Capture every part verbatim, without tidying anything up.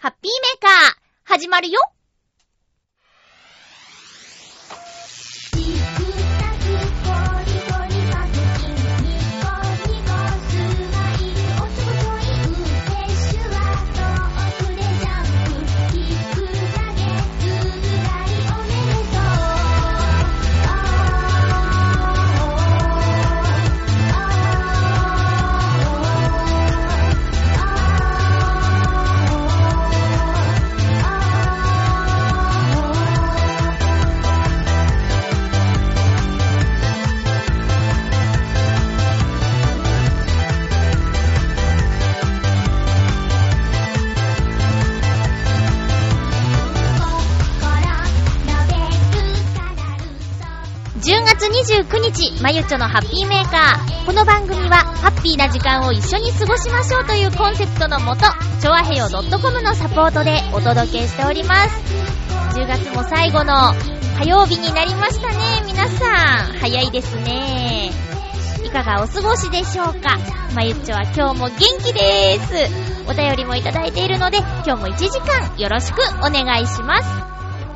ハッピーメーカー始まるよ。じゅうがつにじゅうくにち、まゆっちょのハッピーメーカー。この番組はハッピーな時間を一緒に過ごしましょうというコンセプトのもと、ちょあへよ .com のサポートでお届けしております。じゅうがつも最後の火曜日になりましたね。皆さん早いですね。いかがお過ごしでしょうか。まゆっちょは今日も元気です。お便りもいただいているので、今日もいちじかんよろしくお願いします。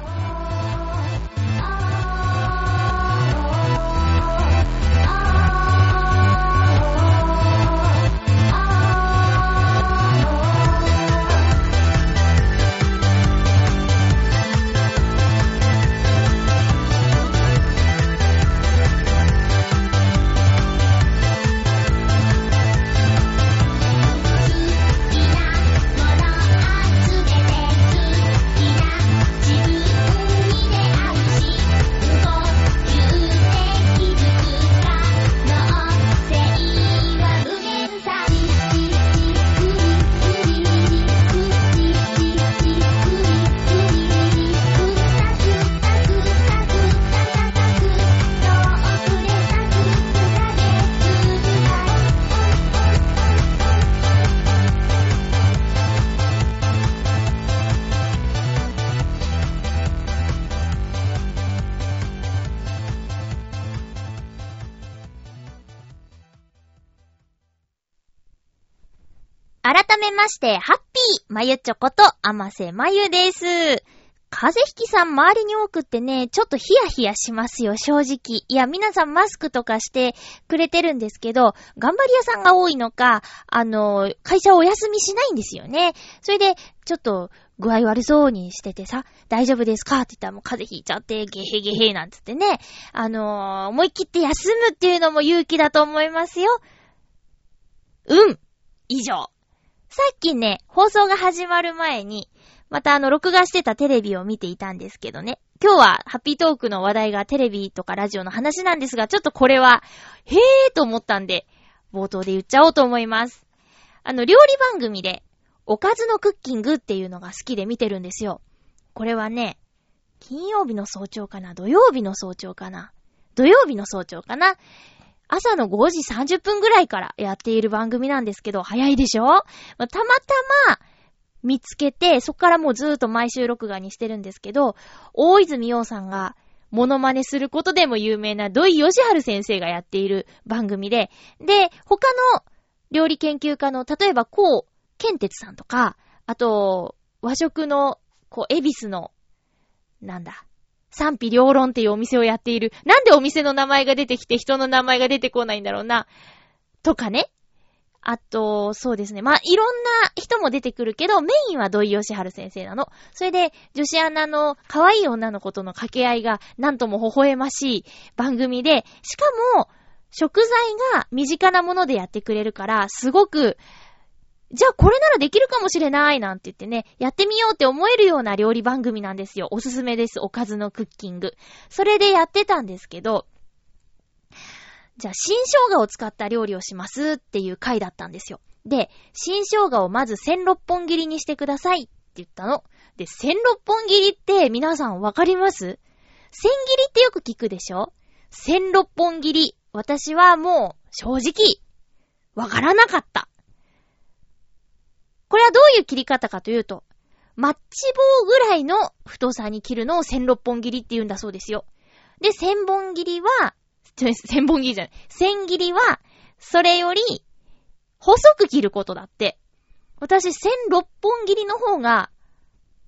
改めまして、ハッピーまゆちょこと、あませまゆです。風邪ひきさん周りに多くってね、ちょっとヒヤヒヤしますよ、正直。いや、皆さんマスクとかしてくれてるんですけど、頑張り屋さんが多いのか、あの、会社をお休みしないんですよね。それで、ちょっと、具合悪そうにしててさ、大丈夫ですかって言ったらもう風邪ひいちゃって、ゲヘゲヘなんつってね、あのー、思い切って休むっていうのも勇気だと思いますよ。うん。以上。さっきね、放送が始まる前に、またあの、録画してたテレビを見ていたんですけどね。今日はハッピートークの話題がテレビとかラジオの話なんですが、ちょっとこれは、へーと思ったんで、冒頭で言っちゃおうと思います。あの、料理番組で、おかずのクッキングっていうのが好きで見てるんですよ。これはね、金曜日の早朝かな、土曜日の早朝かな、土曜日の早朝かな、朝のごじさんじゅっぷんぐらいからやっている番組なんですけど、早いでしょ？まあ、たまたま見つけて、そこからもうずーっと毎週録画にしてるんですけど、大泉洋さんがモノマネすることでも有名な土井善晴先生がやっている番組で、で、他の料理研究家の、例えばこう、健哲さんとか、あと、和食の、こう、恵比寿の、なんだ、賛否両論っていうお店をやっている。なんでお店の名前が出てきて人の名前が出てこないんだろうな。とかね。あと、そうですね。まあ、いろんな人も出てくるけど、メインは土井善晴先生なの。それで、女子アナの可愛い女の子との掛け合いが、なんとも微笑ましい番組で、しかも、食材が身近なものでやってくれるから、すごく、じゃあこれならできるかもしれないなんて言ってね、やってみようって思えるような料理番組なんですよ。おすすめです。おかずのクッキング。それでやってたんですけど、じゃあ新生姜を使った料理をしますっていう回だったんですよ。で、新生姜をまずせんろっぽん切りにしてくださいって言ったの。で、せんろっぽん切りって皆さんわかります？千切りってよく聞くでしょ？せんろっぽん切り。私はもう正直わからなかった。これはどういう切り方かというと、マッチ棒ぐらいの太さに切るのをせんろっぽん切りって言うんだそうですよ。で、千本切りは、千本切りじゃない。千切りは、それより細く切ることだって。私、千六本切りの方が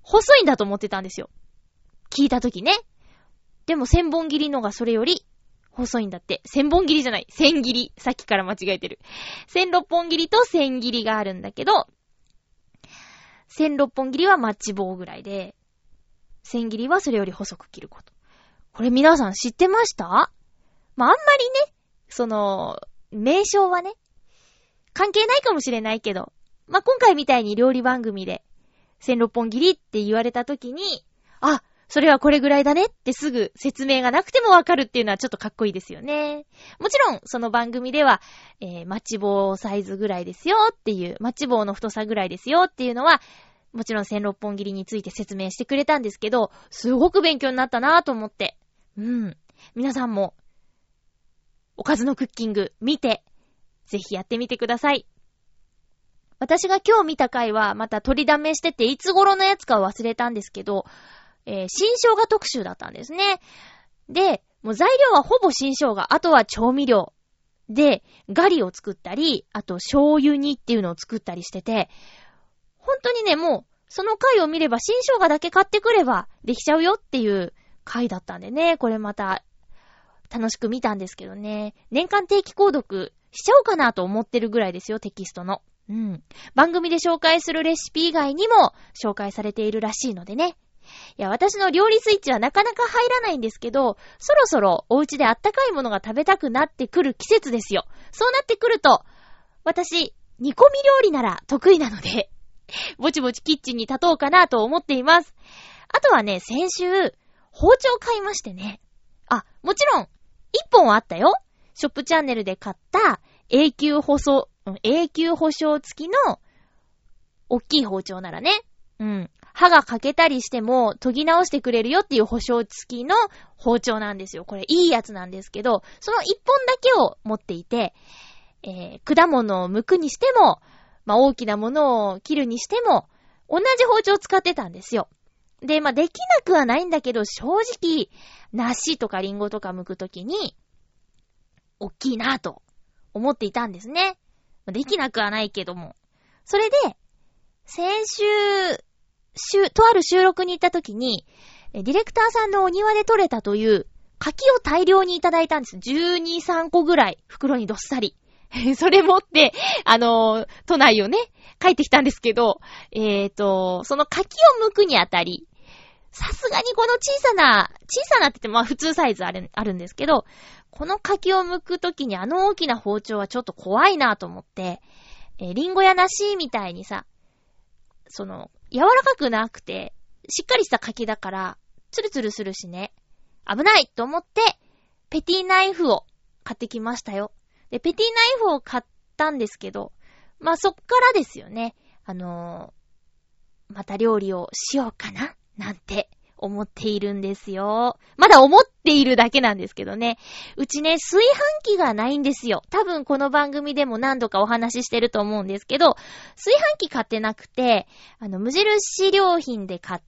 細いんだと思ってたんですよ。聞いたときね。でも千本切りのがそれより細いんだって。千本切りじゃない。千切り。さっきから間違えてる。千六本切りと千切りがあるんだけど、千六本切りはマッチ棒ぐらいで、千切りはそれより細く切ること。これ皆さん知ってました？まあ、あんまりね、その、名称はね、関係ないかもしれないけど、まあ、今回みたいに料理番組で、千六本切りって言われたときに、あ、それはこれぐらいだねってすぐ説明がなくてもわかるっていうのはちょっとかっこいいですよね。もちろんその番組では、えー、マッチ棒サイズぐらいですよっていう、マッチ棒の太さぐらいですよっていうのは、もちろん千六本切りについて説明してくれたんですけど、すごく勉強になったなぁと思って。うん。皆さんも、おかずのクッキング見て、ぜひやってみてください。私が今日見た回はまた取りだめしてて、いつ頃のやつか忘れたんですけど、えー、新生姜特集だったんですね。で、もう材料はほぼ新生姜、あとは調味料でガリを作ったり、あと醤油煮っていうのを作ったりしてて、本当にね、もうその回を見れば新生姜だけ買ってくればできちゃうよっていう回だったんでね、これまた楽しく見たんですけどね、年間定期購読しちゃおうかなと思ってるぐらいですよ、テキストの。うん。番組で紹介するレシピ以外にも紹介されているらしいのでね。いや、私の料理スイッチはなかなか入らないんですけど、そろそろお家であったかいものが食べたくなってくる季節ですよ。そうなってくると、私、煮込み料理なら得意なので、ぼちぼちキッチンに立とうかなと思っています。あとはね、先週、包丁買いましてね。あ、もちろん、一本はあったよ。ショップチャンネルで買った永久保証、永久保証付きの大きい包丁ならね。うん。刃が欠けたりしても研ぎ直してくれるよっていう保証付きの包丁なんですよ。これいいやつなんですけど、その一本だけを持っていて、えー、果物を剥くにしても、まあ、大きなものを切るにしても、同じ包丁を使ってたんですよ。で、まあ、できなくはないんだけど、正直、梨とかリンゴとか剥くときに、大きいなぁと思っていたんですね。できなくはないけども。それで、先週、週、とある収録に行ったときに、ディレクターさんのお庭で採れたという柿を大量にいただいたんです。じゅうに、さんこぐらい袋にどっさり。それ持って、あのー、都内をね、帰ってきたんですけど、えーと、その柿を剥くにあたり、さすがにこの小さな、小さなって言ってもまあ普通サイズある、あるんですけど、この柿を剥くときにあの大きな包丁はちょっと怖いなと思って、えー、リンゴや梨みたいにさ、その、柔らかくなくて、しっかりした柿だから、ツルツルするしね、危ないと思って、ペティナイフを買ってきましたよ。で、ペティナイフを買ったんですけど、まあ、そっからですよね。あのー、また料理をしようかななんて思っているんですよ。まだ思っているだけなんですけどね。うちね、炊飯器がないんですよ。多分この番組でも何度かお話ししてると思うんですけど、炊飯器買ってなくて、あの、無印良品で買った、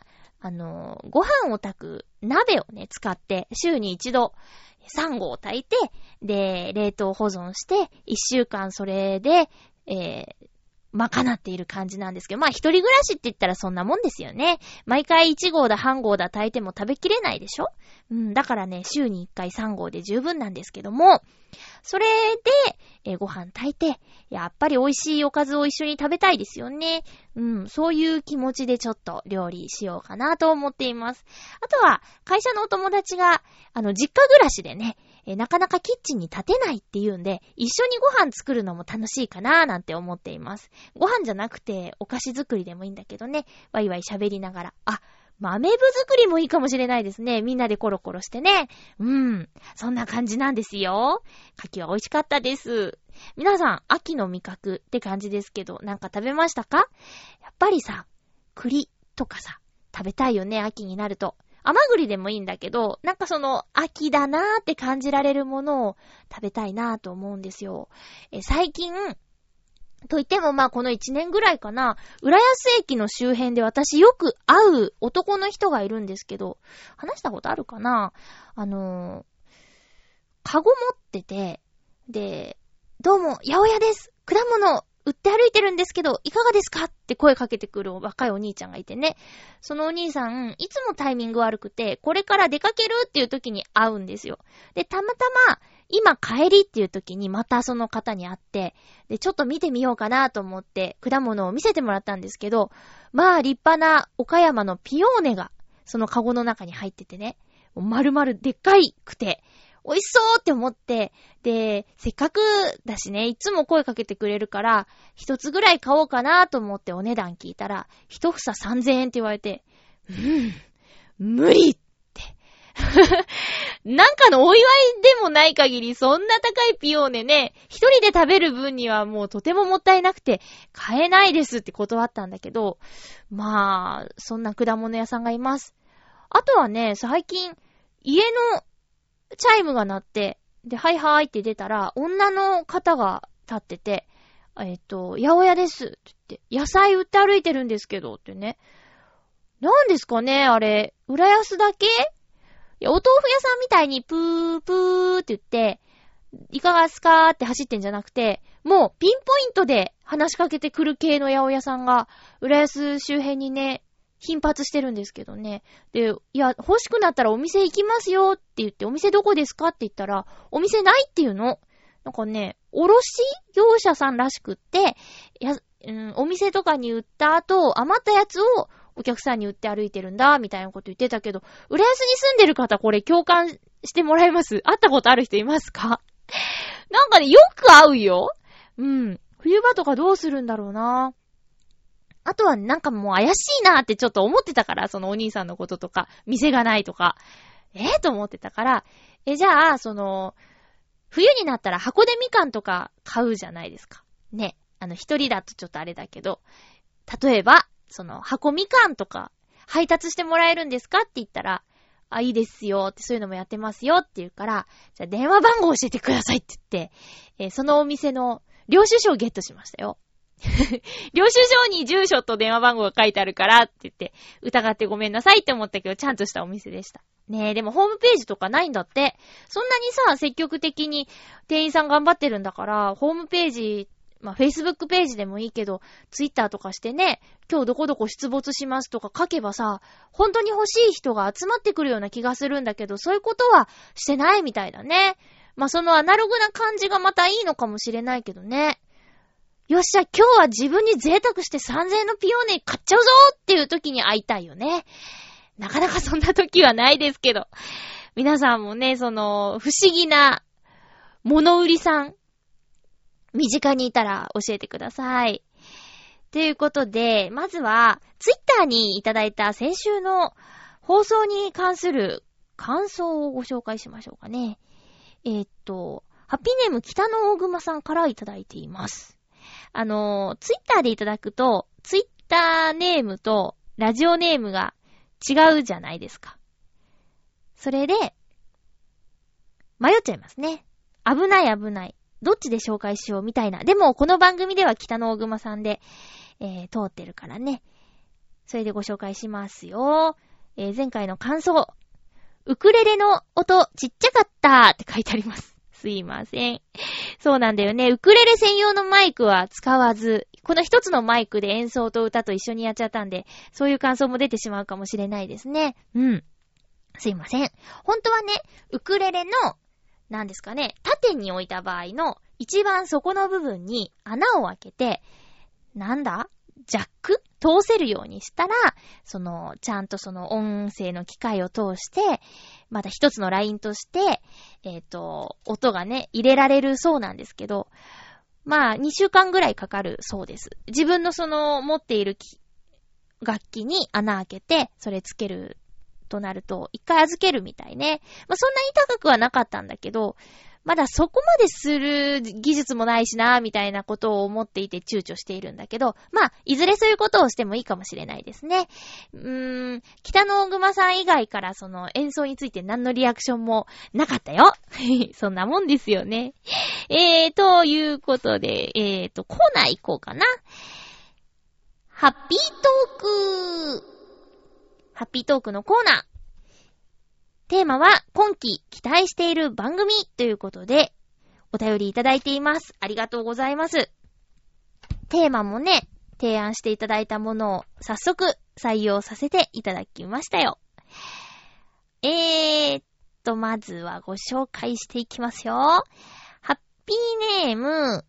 あのー、ご飯を炊く鍋をね、使って、週に一度、さん合炊いて、で、冷凍保存して、いっしゅうかんそれで、えー、賄っている感じなんですけど、まあ一人暮らしって言ったらそんなもんですよね。毎回いち合だ半合だ炊いても食べきれないでしょ？うん、だからね、週にいっかいさん合で十分なんですけども、それで、えー、ご飯炊いて、やっぱり美味しいおかずを一緒に食べたいですよね。うん、そういう気持ちでちょっと料理しようかなと思っています。あとは、会社のお友達が、あの、実家暮らしでね、えー、なかなかキッチンに立てないっていうんで、一緒にご飯作るのも楽しいかなーなんて思っています。ご飯じゃなくて、お菓子作りでもいいんだけどね、ワイワイ喋りながら、あ、豆腐作りもいいかもしれないですね。みんなでコロコロしてね。うん。そんな感じなんですよ。柿は美味しかったです。皆さん、秋の味覚って感じですけど、なんか食べましたか？やっぱりさ、栗とかさ、食べたいよね、秋になると。甘栗でもいいんだけど、なんかその、秋だなーって感じられるものを食べたいなーと思うんですよ。え、最近、と言ってもまあこの一年ぐらいかな、浦安駅の周辺で私よく会う男の人がいるんですけど、話したことあるかな？あのー、カゴ持ってて、で、どうも、八百屋です。果物売って歩いてるんですけど、いかがですかって声かけてくる若いお兄ちゃんがいてね。そのお兄さん、いつもタイミング悪くて、これから出かけるっていう時に会うんですよ。で、たまたま、今帰りっていう時にまたその方に会って、で、ちょっと見てみようかなと思って、果物を見せてもらったんですけど、まあ、立派な岡山のピオーネが、そのカゴの中に入っててね、丸々でっかいくて、美味しそうって思って、で、せっかくだしね、いつも声かけてくれるから、一つぐらい買おうかなと思ってお値段聞いたら、一房さんぜんえんって言われて、うん、無理って。なんかのお祝いでもない限り、そんな高いピオーネね、一人で食べる分にはもうとてももったいなくて、買えないですって断ったんだけど、まあ、そんな果物屋さんがいます。あとはね、最近、家のチャイムが鳴って、で、はいはいって出たら、女の方が立ってて、えっと、八百屋ですって言って、野菜売って歩いてるんですけどってね。なんですかね、あれ、浦安だけ？いや、お豆腐屋さんみたいにプープーって言って、いかがですかって走ってんじゃなくて、もうピンポイントで話しかけてくる系の八百屋さんが、浦安周辺にね、頻発してるんですけどね。で、いや、欲しくなったらお店行きますよって言って、お店どこですかって言ったら、お店ないっていうの。なんかね、卸業者さんらしくって、や、うん、お店とかに売った後、余ったやつをお客さんに売って歩いてるんだ、みたいなこと言ってたけど、浦安に住んでる方これ共感してもらえます？会ったことある人いますか？なんかね、よく会うよ。うん。冬場とかどうするんだろうな。あとはなんかもう怪しいなってちょっと思ってたから、そのお兄さんのこととか、店がないとか、えー、と思ってたから、え、じゃあ、その、冬になったら箱でみかんとか買うじゃないですか。ね。あの、一人だとちょっとあれだけど、例えば、その、箱みかんとか、配達してもらえるんですかって言ったら、あ、いいですよって、そういうのもやってますよって言うから、じゃあ電話番号教えてくださいって言って、えー、そのお店の領収書をゲットしましたよ。領収書に住所と電話番号が書いてあるからって言って、疑ってごめんなさいって思ったけど、ちゃんとしたお店でした。ねえ、でもホームページとかないんだって。そんなにさ、積極的に店員さん頑張ってるんだから、ホームページ、まあ、Facebook ページでもいいけど、Twitter とかしてね、今日どこどこ出没しますとか書けばさ、本当に欲しい人が集まってくるような気がするんだけど、そういうことはしてないみたいだね。まあ、そのアナログな感じがまたいいのかもしれないけどね。よっしゃ、今日は自分に贅沢してさんぜんえんのピオーネ買っちゃうぞっていう時に会いたいよね。なかなかそんな時はないですけど。皆さんもね、その、不思議な物売りさん、身近にいたら教えてください。ということで、まずは、ツイッターにいただいた先週の放送に関する感想をご紹介しましょうかね。えー、っと、ハッピーネーム北の大熊さんからいただいています。あの、ツイッターでいただくと、ツイッターネームとラジオネームが違うじゃないですか。それで、迷っちゃいますね。危ない危ない。どっちで紹介しようみたいな。でも、この番組では北の大熊さんで、えー、通ってるからね。それでご紹介しますよ。えー、前回の感想。ウクレレの音ちっちゃかったって書いてあります。すいません。そうなんだよね。ウクレレ専用のマイクは使わず、この一つのマイクで演奏と歌と一緒にやっちゃったんで、そういう感想も出てしまうかもしれないですね。うん。すいません。本当はね、ウクレレの、なんですかね、縦に置いた場合の一番底の部分に穴を開けて、なんだ？ジャック？通せるようにしたら、その、ちゃんとその音声の機械を通して、また一つのラインとして、えっと、音がね、入れられるそうなんですけど、まあ、にしゅうかんぐらいかかるそうです。自分のその、持っている楽器に穴開けて、それつけるとなると、一回預けるみたいね。まあ、そんなに高くはなかったんだけど、まだそこまでする技術もないしな、みたいなことを思っていて躊躇しているんだけど、まあ、いずれそういうことをしてもいいかもしれないですね。うーん、北の大熊さん以外からその演奏について何のリアクションもなかったよ。そんなもんですよね。えー、ということで、えーと、コーナー行こうかな。ハッピートーク。ハッピートークのコーナー。テーマは今期期待している番組ということでお便りいただいています。ありがとうございます。 テーマもね、提案していただいたものを早速採用させていただきましたよ。えーっと、まずはご紹介していきますよ。ハッピーネーム、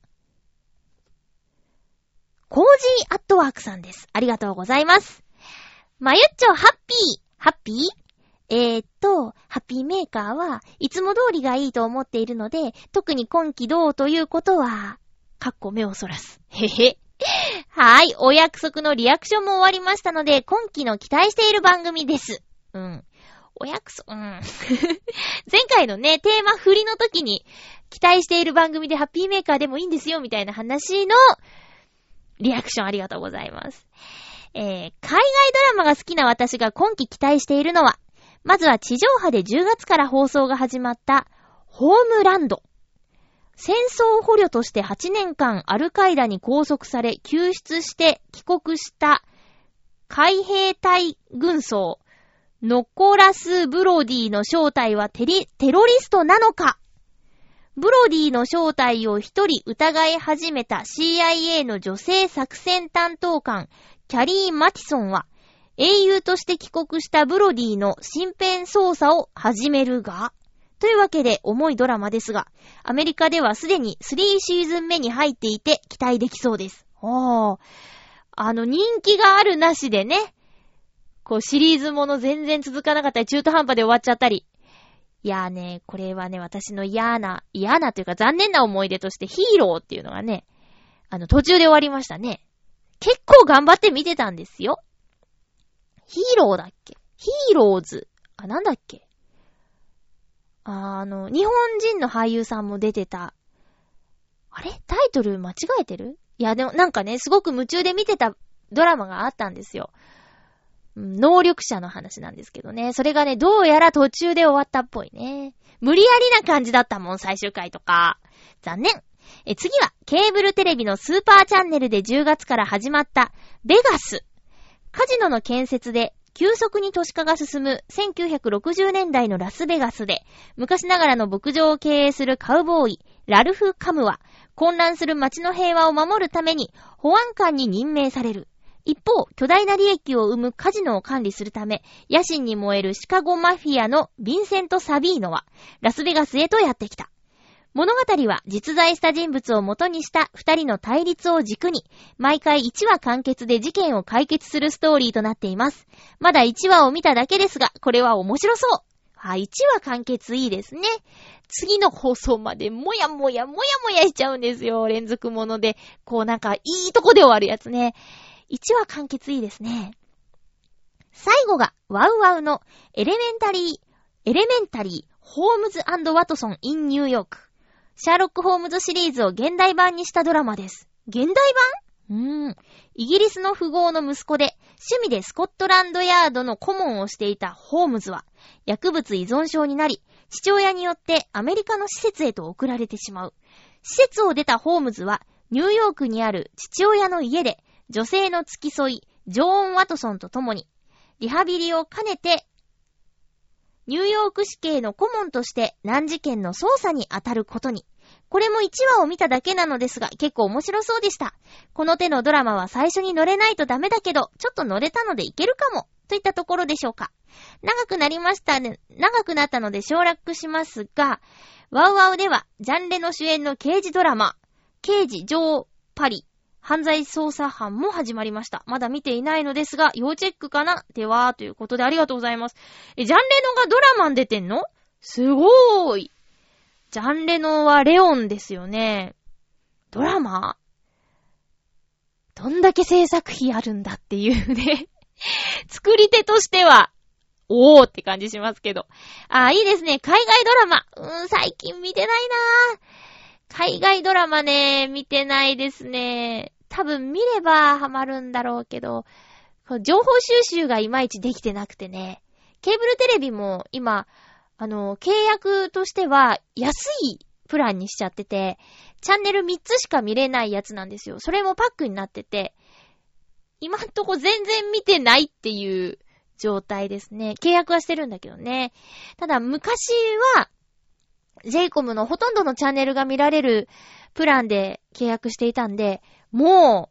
コージーアットワークさんです。ありがとうございます。まゆっちょハッピー、ハッピーえーっと、ハッピーメーカーはいつも通りがいいと思っているので、特に今期どうということは、かっこ目をそらす。へへ。はい、お約束のリアクションも終わりましたので、今期の期待している番組です。うん。お約束、うん。前回のね、テーマ振りの時に、期待している番組でハッピーメーカーでもいいんですよ、みたいな話の、リアクションありがとうございます。えー、海外ドラマが好きな私が今期期待しているのは、まずは地上波でじゅうがつから放送が始まった、ホームランド。戦争捕虜としてはちねんかんアルカイダに拘束され救出して帰国した海兵隊軍曹ノコラス・ブロディの正体はテリ、テロリストなのか。ブロディの正体を一人疑い始めた シーアイエー の女性作戦担当官キャリー・マティソンは英雄として帰国したブロディの身辺捜査を始めるが、というわけで重いドラマですが、アメリカではすでにさんシーズン目に入っていて期待できそうです。おー。あの人気があるなしでね、こうシリーズもの全然続かなかったり中途半端で終わっちゃったり。いやーね、これはね、私の嫌な、嫌なというか残念な思い出としてヒーローっていうのがね、あの途中で終わりましたね。結構頑張って見てたんですよ。ヒーローだっけ？ヒーローズ。あ、なんだっけ？あの、日本人の俳優さんも出てた。あれ？タイトル間違えてる？いや、でもなんかね、すごく夢中で見てたドラマがあったんですよ。能力者の話なんですけどね。それがね、どうやら途中で終わったっぽいね。無理やりな感じだったもん、最終回とか。残念。え、次は、ケーブルテレビのスーパーチャンネルでじゅうがつから始まった、ベガス。カジノの建設で、急速に都市化が進むせんきゅうひゃくろくじゅうねんだいのラスベガスで、昔ながらの牧場を経営するカウボーイ、ラルフ・カムは、混乱する街の平和を守るために、保安官に任命される。一方、巨大な利益を生むカジノを管理するため、野心に燃えるシカゴマフィアのヴィンセント・サビーノは、ラスベガスへとやってきた。物語は実在した人物を元にした二人の対立を軸に、毎回いちわ完結で事件を解決するストーリーとなっています。まだいちわを見ただけですが、これは面白そう。あ、いちわ完結いいですね。次の放送までもやもやもやもやしちゃうんですよ。連続もので。こうなんかいいとこで終わるやつね。いちわ完結いいですね。最後がワウワウのエレメンタリー、エレメンタリー、ホームズ&ワトソン in ニューヨーク。シャーロック・ホームズシリーズを現代版にしたドラマです。現代版？うーん。イギリスの富豪の息子で、趣味でスコットランドヤードの顧問をしていたホームズは、薬物依存症になり、父親によってアメリカの施設へと送られてしまう。施設を出たホームズは、ニューヨークにある父親の家で、女性の付き添い、ジョーン・ワトソンと共に、リハビリを兼ねて、ニューヨーク市警の顧問として難事件の捜査に当たることに。これもいちわを見ただけなのですが、結構面白そうでした。この手のドラマは最初に乗れないとダメだけど、ちょっと乗れたのでいけるかも。といったところでしょうか。長くなりましたね。長くなったので省略しますが、ワウワウでは、ジャンレの主演の刑事ドラマ、刑事ジョー・パリ、犯罪捜査班も始まりました。まだ見ていないのですが、要チェックかなでは、ということでありがとうございます。え、ジャンレノがドラマに出てんの？すごーい。ジャンレノはレオンですよね。ドラマ？どんだけ制作費あるんだっていうね。作り手としては、おーって感じしますけど。あー、いいですね。海外ドラマ。うーん、最近見てないなー。海外ドラマね、見てないですね。多分見ればハマるんだろうけど、情報収集がいまいちできてなくてね。ケーブルテレビも今、あの、契約としては安いプランにしちゃってて、チャンネルみっつしか見れないやつなんですよ。それもパックになってて、今んとこ全然見てないっていう状態ですね。契約はしてるんだけどね。ただ昔は、ジェイコムのほとんどのチャンネルが見られるプランで契約していたんで、もう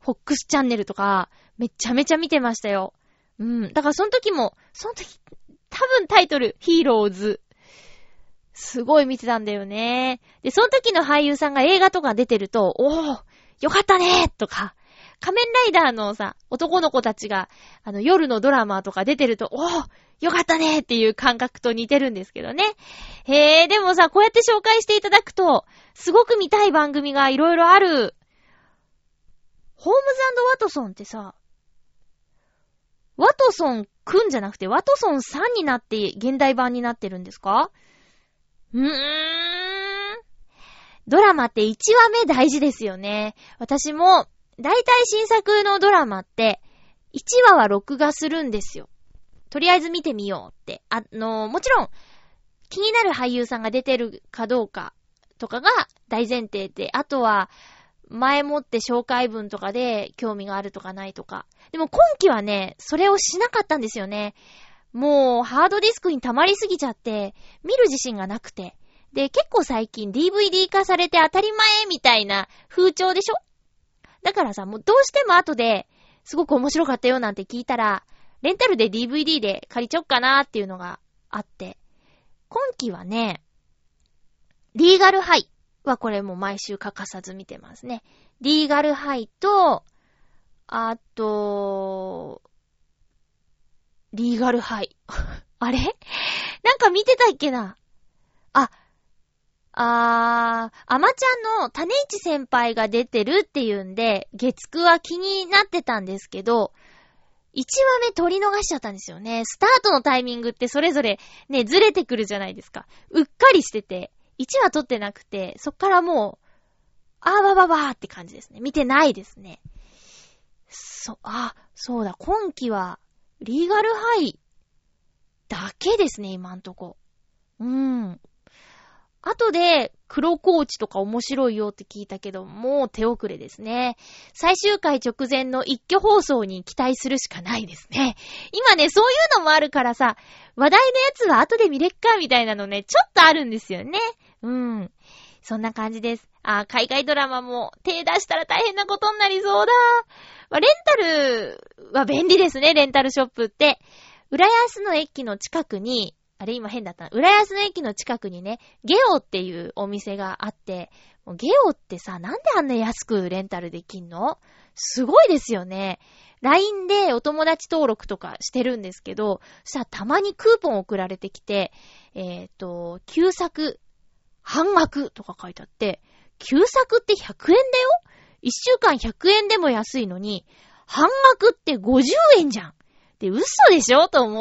フォックスチャンネルとか、めちゃめちゃ見てましたよ。うん。だからその時も、その時、多分タイトル、ヒーローズ。すごい見てたんだよね。で、その時の俳優さんが映画とか出てると、おー、よかったねとか、仮面ライダーのさ、男の子たちが、あの、夜のドラマとか出てると、おー、よかったねっていう感覚と似てるんですけどね。へー、でもさ、こうやって紹介していただくと、すごく見たい番組がいろいろある。ホームズ&ワトソンってさ、ワトソンくんじゃなくて、ワトソンさんになって現代版になってるんですか？うーん。ドラマっていちわめ大事ですよね。私も、だいたい新作のドラマって、いちわは録画するんですよ。とりあえず見てみようって。あの、もちろん、気になる俳優さんが出てるかどうかとかが大前提で、あとは、前もって紹介文とかで興味があるとかないとか。でも今期はね、それをしなかったんですよね。もうハードディスクに溜まりすぎちゃって、見る自信がなくて。で、結構最近 ディーブイディー 化されて当たり前みたいな風潮でしょ？だからさ、もうどうしても後ですごく面白かったよなんて聞いたら、レンタルで ディーブイディー で借りちゃおっかなーっていうのがあって。今期はね、リーガルハイはこれも毎週欠かさず見てますね。リーガルハイと、あと、リーガルハイ。あれ？なんか見てたっけな？あ、あー、アマちゃんの種市先輩が出てるっていうんで、月くは気になってたんですけど、いちわめ取り逃しちゃったんですよね。スタートのタイミングってそれぞれね、ずれてくるじゃないですか。うっかりしてて、いちわ取ってなくて、そっからもう、あーばばばーって感じですね。見てないですね。そ、あ、そうだ、今期は、リーガルハイだけですね、今んとこ。うん。後で、黒コーチとか面白いよって聞いたけど、もう手遅れですね。最終回直前の一挙放送に期待するしかないですね。今ね、そういうのもあるからさ、話題のやつは後で見れっかみたいなのね、ちょっとあるんですよね。うん。そんな感じです。あ、海外ドラマも手出したら大変なことになりそうだ。まあ、レンタルは便利ですね、レンタルショップって。浦安の駅の近くに、あれ今変だったな。浦安の駅の近くにね、ゲオっていうお店があって、もうゲオってさ、なんであんな安くレンタルできんの？すごいですよね。ライン でお友達登録とかしてるんですけど、そしたらたまにクーポン送られてきて、えっと、旧作、半額とか書いてあって、旧作ってひゃくえんだよ？ いっ 週間ひゃくえんでも安いのに、半額ってごじゅうえんじゃん。で、嘘でしょと思って、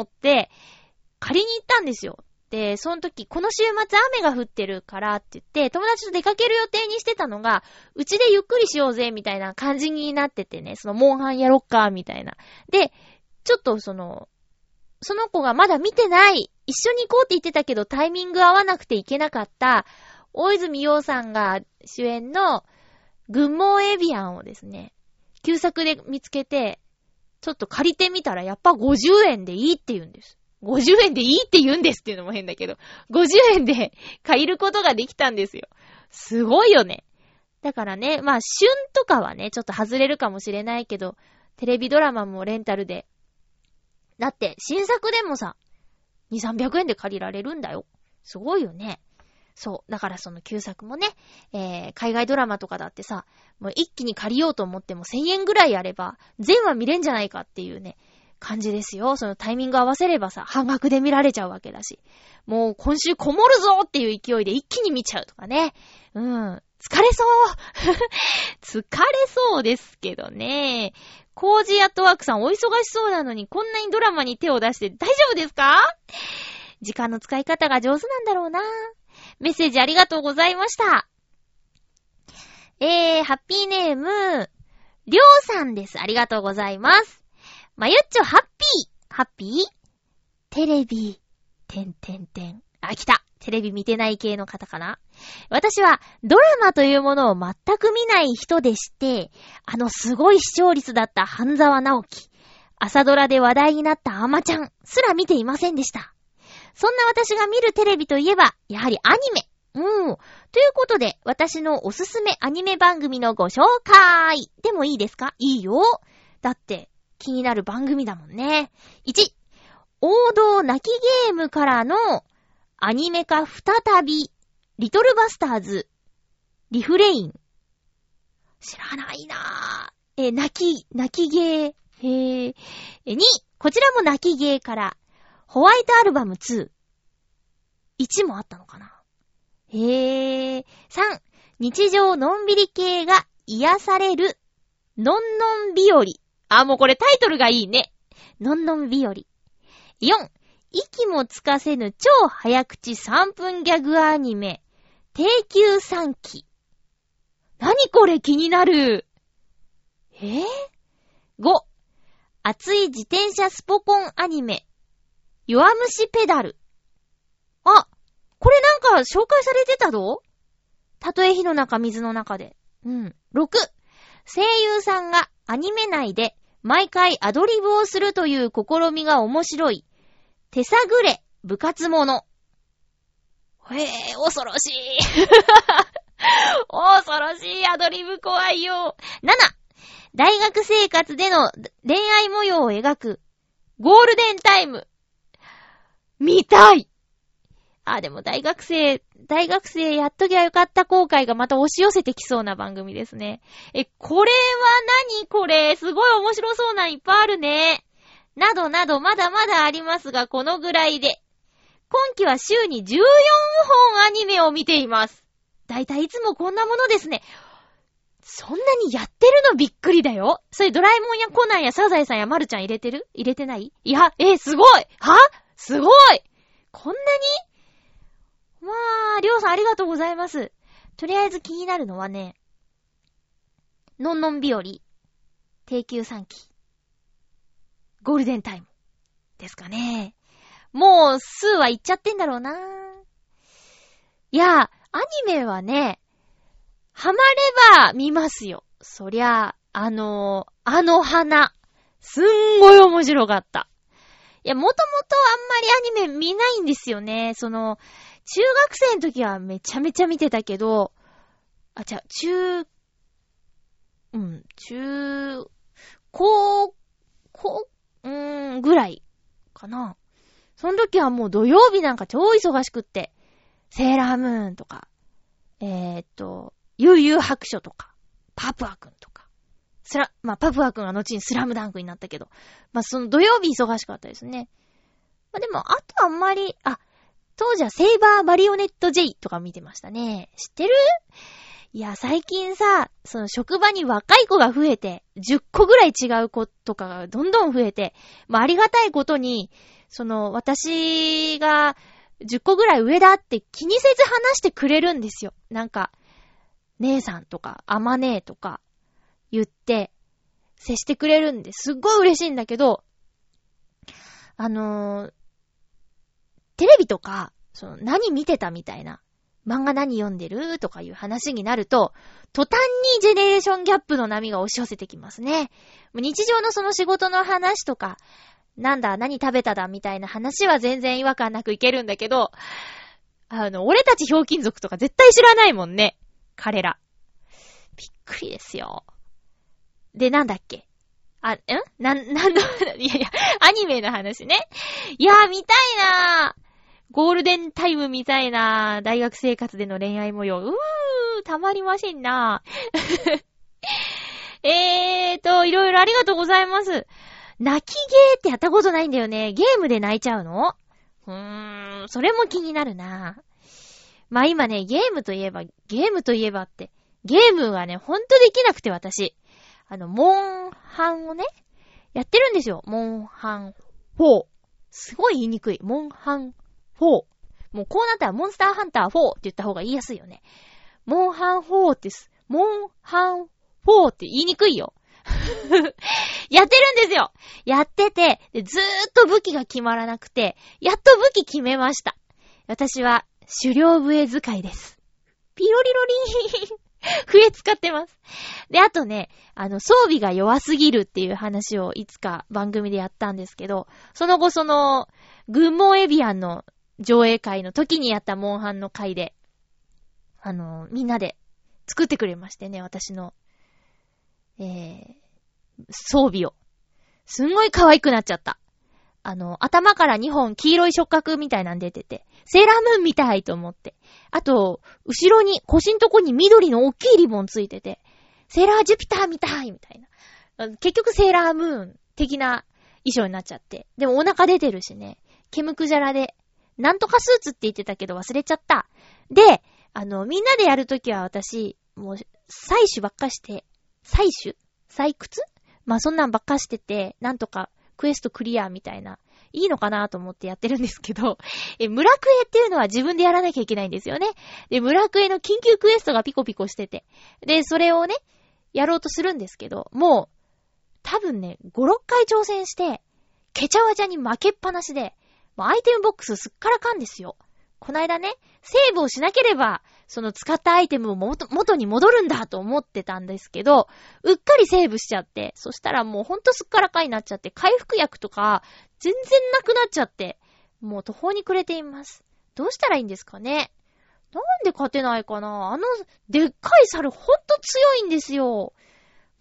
借りに行ったんですよ。で、その時、この週末雨が降ってるからって言って、友達と出かける予定にしてたのが、うちでゆっくりしようぜ、みたいな感じになっててね、そのモンハンやろっか、みたいな。で、ちょっとその、その子がまだ見てない、一緒に行こうって言ってたけど、タイミング合わなくていけなかった、大泉洋さんが主演の、グッモーエビアンをですね、旧作で見つけて、ちょっと借りてみたら、やっぱごじゅうえんでいいって言うんです。ごじゅうえんでいいって言うんですっていうのも変だけど、ごじゅうえんで借りることができたんですよ。すごいよね。だからね、まあ、旬とかはね、ちょっと外れるかもしれないけど、テレビドラマもレンタルで。だって、新作でもさ、にせんさんびゃくえんで借りられるんだよ。すごいよね。そう。だからその旧作もね、えー、海外ドラマとかだってさ、もう一気に借りようと思ってもせんえんぐらいあれば、全話見れんじゃないかっていうね、感じですよ。そのタイミング合わせればさ、半額で見られちゃうわけだし。もう今週こもるぞっていう勢いで一気に見ちゃうとかね。うん。疲れそう疲れそうですけどね。コージアットワークさんお忙しそうなのにこんなにドラマに手を出して大丈夫ですか？時間の使い方が上手なんだろうな。メッセージありがとうございました。えー、ハッピーネーム、りょうさんです。ありがとうございます。まゆっちょ、ハッピー。ハッピーテレビ。てんてんてん。あ、来た。テレビ見てない系の方かな。私はドラマというものを全く見ない人でして、あのすごい視聴率だった半沢直樹、朝ドラで話題になったアマちゃんすら見ていませんでした。そんな私が見るテレビといえば、やはりアニメ。 うん。ということで、私のおすすめアニメ番組のご紹介でもいいですか？いいよ。だって、気になる番組だもんね。いち、王道泣きゲームからのアニメ化再び、リトルバスターズ、リフレイン。知らないなぁ。え、泣き、泣きゲー。へぇ。え、に、こちらも泣きゲーから、ホワイトアルバムツー。いちもあったのかな？へぇー。さん、日常のんびり系が癒される、のんのん日和。あ、もうこれタイトルがいいね。のんのん日和。よん、息もつかせぬ超早口さんぷんギャグアニメ、低級さんき。なにこれ気になる。えー、ご、熱い自転車スポコンアニメ、弱虫ペダル。あ、これなんか紹介されてたぞ。たとえ火の中水の中で。うん。ろく、声優さんがアニメ内で毎回アドリブをするという試みが面白い。手探れ部活もの。へえ、恐ろしい。恐ろしいアドリブ怖いよ。なな、大学生活での恋愛模様を描くゴールデンタイム。見たい。あ、でも大学生、大学生やっときゃよかった後悔がまた押し寄せてきそうな番組ですね。え、これは何これ？すごい面白そうなのいっぱいあるね。などなどまだまだありますが、このぐらいで。今期は週にじゅうよんほんアニメを見ています。だいたいいつもこんなものですね。そんなにやってるのびっくりだよ。それドラえもんやコナンやサザエさんやマルちゃん入れてる？入れてない？いや、えー、すごい！は？すごい！こんなに？まあ、りょうさんありがとうございます。とりあえず気になるのはね、のんのん日和、低級さんき、ゴールデンタイムですかね。もう数は言っちゃってんだろうな。いや、アニメはね、ハマれば見ますよ。そりゃ、あのー、あの花。すんごい面白かった。いや、もともとあんまりアニメ見ないんですよね。その、中学生の時はめちゃめちゃ見てたけど、あ、じゃ、中、うん、中、高、高、うーん、ぐらいかな。その時はもう土曜日なんか超忙しくって、セーラームーンとか、えー、っと、悠々白書とか、パプアくんとか、スラ、まあ、パプアくんは後にスラムダンクになったけど、まあ、その土曜日忙しかったですね。まあ、でも、あとあんまり、あ、当時はセイバーマリオネット J とか見てましたね。知ってる？いや、最近さ、その職場に若い子が増えて、じゅっこぐらい違う子とかがどんどん増えて、まあ、ありがたいことに、その、私がじゅっこぐらい上だって気にせず話してくれるんですよ。なんか、姉さんとか、あまねえとか言って、接してくれるんですっごい嬉しいんだけど、あのー、テレビとか、その何見てたみたいな、漫画何読んでるとかいう話になると、途端にジェネレーションギャップの波が押し寄せてきますね。日常のその仕事の話とか、なんだ、何食べただみたいな話は全然違和感なくいけるんだけど、あの、俺たちひょうきん族とか絶対知らないもんね。彼ら。びっくりですよ。で、なんだっけあ、んな、なんの、いやいや、アニメの話ね。いやー、見たいなー。ゴールデンタイム見たいなー。大学生活での恋愛模様。うー、たまりませんなー。えーと、いろいろありがとうございます。泣きゲーってやったことないんだよね。ゲームで泣いちゃうの？うーん、それも気になるな。まあ今ね、ゲームといえば、ゲームといえばって、ゲームがね、ほんとできなくて私。あの、モンハンをね、やってるんですよ。モンハンフォー。すごい言いにくい。モンハンフォー。もうこうなったらモンスターハンターフォーって言った方が言いやすいよね。モンハンフォーってす。モンハンフォーって言いにくいよ。やってるんですよ。やってて、でずーっと武器が決まらなくて、やっと武器決めました。私は狩猟笛使いです。ピロリロリーン。笛使ってます。で、あとね、あの、装備が弱すぎるっていう話をいつか番組でやったんですけど、その後その、グンモーエビアンの上映会の時にやったモンハンの回で、 あの、みんなで作ってくれましてね、私の、えー、装備を。すんごい可愛くなっちゃった。あの、頭からにほん黄色い触覚みたいなん出てて、セーラームーンみたいと思って。あと、後ろに、腰のとこに緑の大きいリボンついてて、セーラージュピターみたいみたいな。結局セーラームーン的な衣装になっちゃって。でもお腹出てるしね。ケムクジャラで、なんとかスーツって言ってたけど忘れちゃった。で、あの、みんなでやるときは私、もう、採取ばっかして、採取採掘まあ、そんなんばっかしてて、なんとかクエストクリアみたいな、いいのかなと思ってやってるんですけど、え、村クエっていうのは自分でやらなきゃいけないんですよね。で、村クエの緊急クエストがピコピコしてて。で、それをね、やろうとするんですけど、もう、多分ね、ご、ろっかい挑戦して、ケチャワチャに負けっぱなしで、もうアイテムボックスすっからかんですよ。こないだね、セーブをしなければ、その使ったアイテムも元、元に戻るんだと思ってたんですけど、うっかりセーブしちゃって、そしたらもうほんとすっからかんになっちゃって、回復薬とか全然なくなっちゃって、もう途方に暮れています。どうしたらいいんですかね。なんで勝てないかな。あの、でっかい猿ほんと強いんですよ。うん。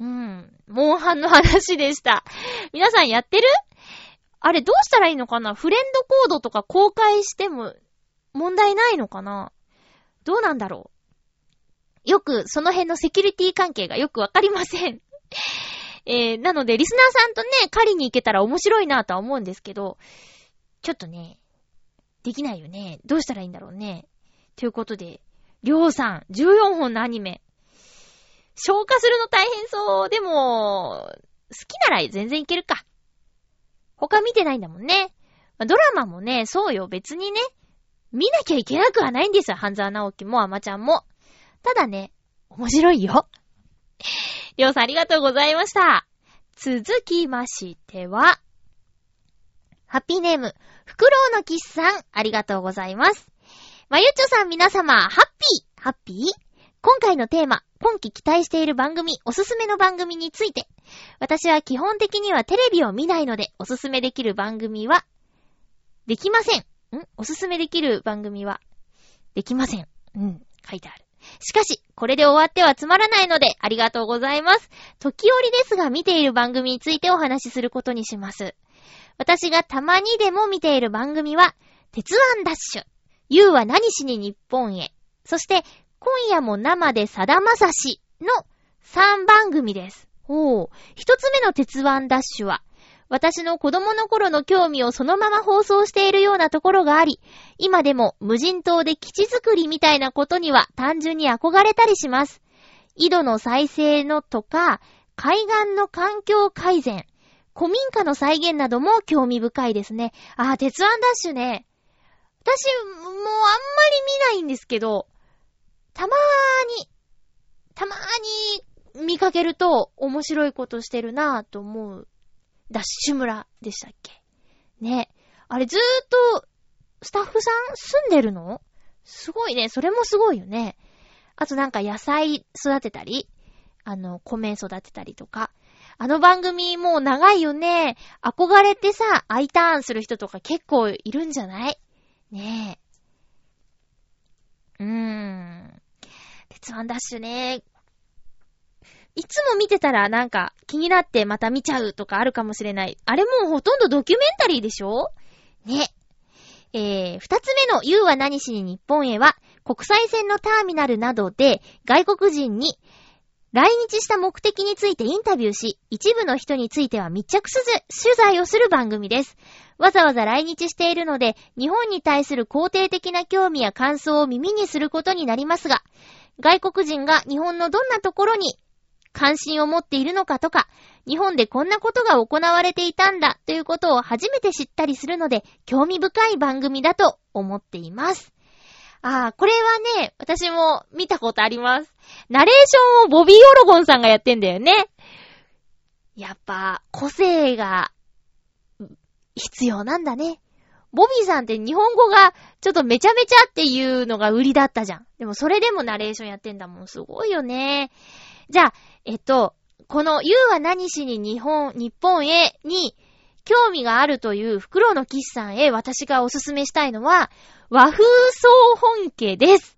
モンハンの話でした。皆さんやってる？あれどうしたらいいのかな。フレンドコードとか公開しても問題ないのかな。どうなんだろう。よくその辺のセキュリティ関係がよくわかりません。えー、なのでリスナーさんとね、狩りに行けたら面白いなとは思うんですけど、ちょっとね、できないよね。どうしたらいいんだろうね。ということで、りょうさん、じゅうよんほんのアニメ。消化するの大変そう。でも、好きなら全然いけるか。他見てないんだもんね。ドラマもね、そうよ、別にね。見なきゃいけなくはないんですよ。半沢直樹もアマちゃんも。ただね、面白いよ。りょうさんありがとうございました。続きましては、ハッピーネーム、フクロウのキスさん、ありがとうございます。まゆっちょさん皆様、ハッピーハッピー今回のテーマ、今期期待している番組、おすすめの番組について。私は基本的にはテレビを見ないので、おすすめできる番組は、できません。んおすすめできる番組は、できません。うん、書いてある。しかし、これで終わってはつまらないので、ありがとうございます。時折ですが見ている番組についてお話しすることにします。私がたまにでも見ている番組は、鉄腕ダッシュ、You は何しに日本へ、そして、今夜も生でさだまさしのさんばん組です。ほう。一つ目の鉄腕ダッシュは、私の子供の頃の興味をそのまま放送しているようなところがあり、今でも無人島で基地作りみたいなことには単純に憧れたりします。井戸の再生のとか、海岸の環境改善、古民家の再現なども興味深いですね。あー、鉄腕ダッシュね。私もうあんまり見ないんですけど、たまーに、たまーに見かけると面白いことしてるなぁと思う。ダッシュ村でしたっけね。あれずーっとスタッフさん住んでるの？すごいね。それもすごいよね。あとなんか野菜育てたり、あの、米育てたりとか。あの番組もう長いよね。憧れてさ、Iターンする人とか結構いるんじゃないねえ。うーん。鉄腕ダッシュね。いつも見てたらなんか気になってまた見ちゃうとかあるかもしれない。あれもうほとんどドキュメンタリーでしょね。えー、二つ目の You は何しに日本へは、国際線のターミナルなどで外国人に来日した目的についてインタビューし、一部の人については密着取材をする番組です。わざわざ来日しているので、日本に対する肯定的な興味や感想を耳にすることになりますが、外国人が日本のどんなところに関心を持っているのかとか、日本でこんなことが行われていたんだということを初めて知ったりするので、興味深い番組だと思っています。ああ、これはね、私も見たことあります。ナレーションをボビー・オロゴンさんがやってんだよね。やっぱ、個性が必要なんだね。ボビーさんって日本語がちょっとめちゃめちゃっていうのが売りだったじゃん。でもそれでもナレーションやってんだもん。すごいよね。じゃあ、えっと、この You は何しに日本、日本へに興味があるというフクロウのキスさんへ私がおすすめしたいのは和風総本家です。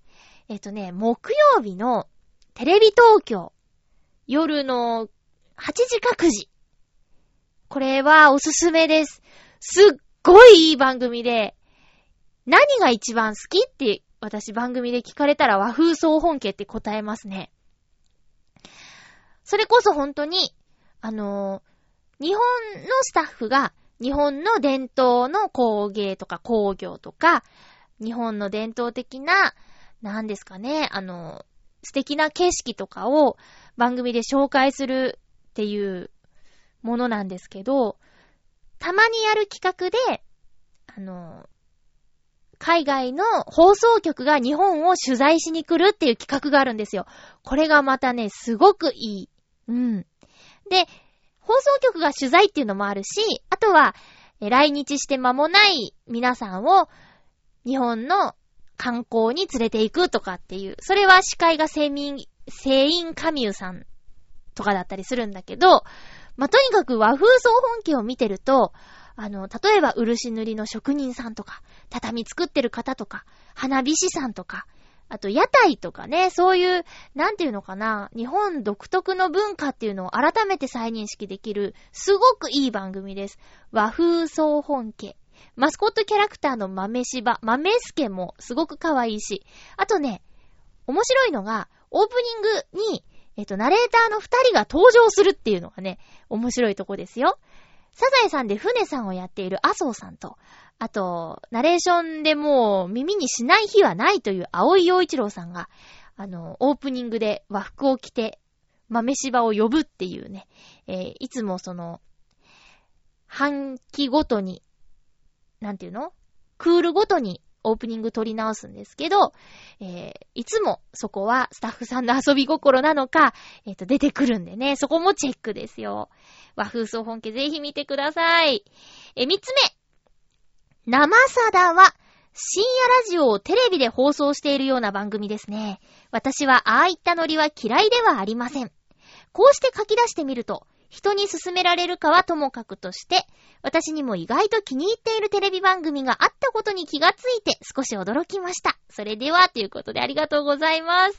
えっとね、木曜日のテレビ東京、夜のはちじかくじ。これはおすすめです。すっごいいい番組で、何が一番好きって私番組で聞かれたら和風総本家って答えますね。それこそ本当に、あのー、日本のスタッフが日本の伝統の工芸とか工業とか、日本の伝統的な、何ですかね、あのー、素敵な景色とかを番組で紹介するっていうものなんですけど、たまにやる企画で、あのー、海外の放送局が日本を取材しに来るっていう企画があるんですよ。これがまたね、すごくいい。うん。で、放送局が取材っていうのもあるし、あとは、来日して間もない皆さんを日本の観光に連れて行くとかっていう、それは司会がセミン、セインカミューさんとかだったりするんだけど、まあ、とにかく和風総本家を見てると、あの、例えば漆塗りの職人さんとか、畳作ってる方とか、花火師さんとか、あと屋台とかね、そういう、なんていうのかな、日本独特の文化っていうのを改めて再認識できる、すごくいい番組です。和風総本家。マスコットキャラクターの豆柴、豆助もすごく可愛いし、あとね、面白いのが、オープニングに、えっと、ナレーターの二人が登場するっていうのがね、面白いとこですよ。サザエさんで船さんをやっている麻生さんと、あと、ナレーションでもう耳にしない日はないという青井陽一郎さんが、あの、オープニングで和服を着て、豆柴を呼ぶっていうね、えー、いつもその、半期ごとに、なんていうの？クールごとにオープニング撮り直すんですけど、えー、いつもそこはスタッフさんの遊び心なのか、えっと、出てくるんでね、そこもチェックですよ。和風総本家ぜひ見てください。え、三つ目。生サダは深夜ラジオをテレビで放送しているような番組ですね。私はああいったノリは嫌いではありません。こうして書き出してみると、人に勧められるかはともかくとして、私にも意外と気に入っているテレビ番組があったことに気がついて少し驚きました。それではということでありがとうございます。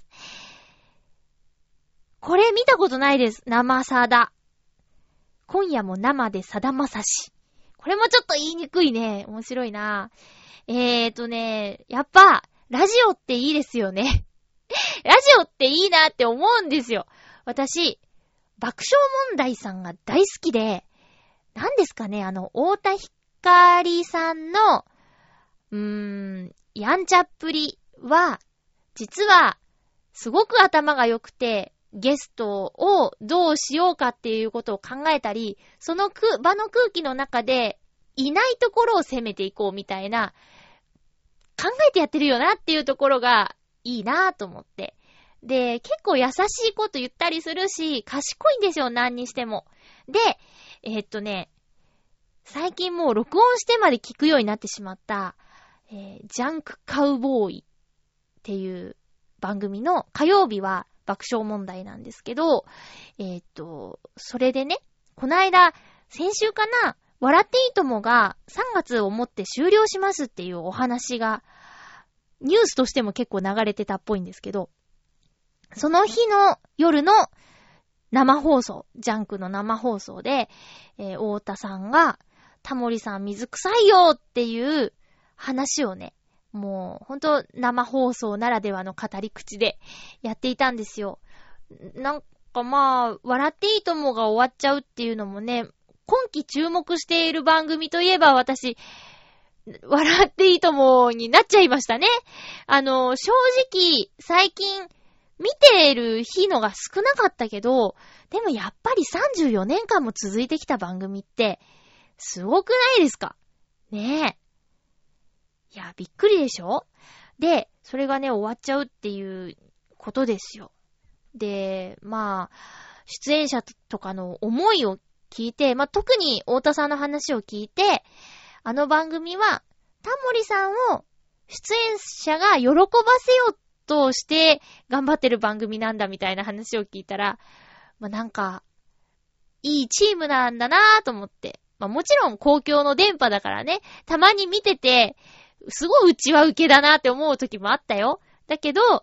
これ見たことないです。生サダ。今夜も生でさだまさし。これもちょっと言いにくいね。面白いな。えーとね、やっぱ、ラジオっていいですよね。ラジオっていいなって思うんですよ。私、爆笑問題さんが大好きで、何ですかね、あの、太田光さんの、うーん、やんちゃっぷりは、実は、すごく頭が良くて、ゲストをどうしようかっていうことを考えたり、その場の空気の中でいないところを攻めていこうみたいな、考えてやってるよなっていうところがいいなと思って。で、結構優しいこと言ったりするし、賢いんですよ、何にしても。で、えー、っとね、最近もう録音してまで聞くようになってしまった、えー、ジャンクカウボーイっていう番組の火曜日は爆笑問題なんですけど、えー、っと、それでね、この間、先週かな、笑っていいともがさんがつをもって終了しますっていうお話が、ニュースとしても結構流れてたっぽいんですけど、その日の夜の生放送、ジャンクの生放送で、えー、太田さんが、タモリさん水臭いよっていう話をね、もうほんと生放送ならではの語り口でやっていたんですよ。なんかまあ、笑っていいともが終わっちゃうっていうのもね、今期注目している番組といえば私、笑っていいともになっちゃいましたね。あの、正直最近見ている日のが少なかったけど、でもやっぱりさんじゅうよねんかんも続いてきた番組ってすごくないですかねえ。いや、びっくりでしょ？で、それがね、終わっちゃうっていうことですよ。で、まあ、出演者とかの思いを聞いて、まあ、特に太田さんの話を聞いて、あの番組は、タモリさんを出演者が喜ばせようとして頑張ってる番組なんだみたいな話を聞いたら、まあ、なんか、いいチームなんだなぁと思って。まあ、もちろん公共の電波だからね、たまに見てて、すごいうちは受けだなって思う時もあったよ。だけど、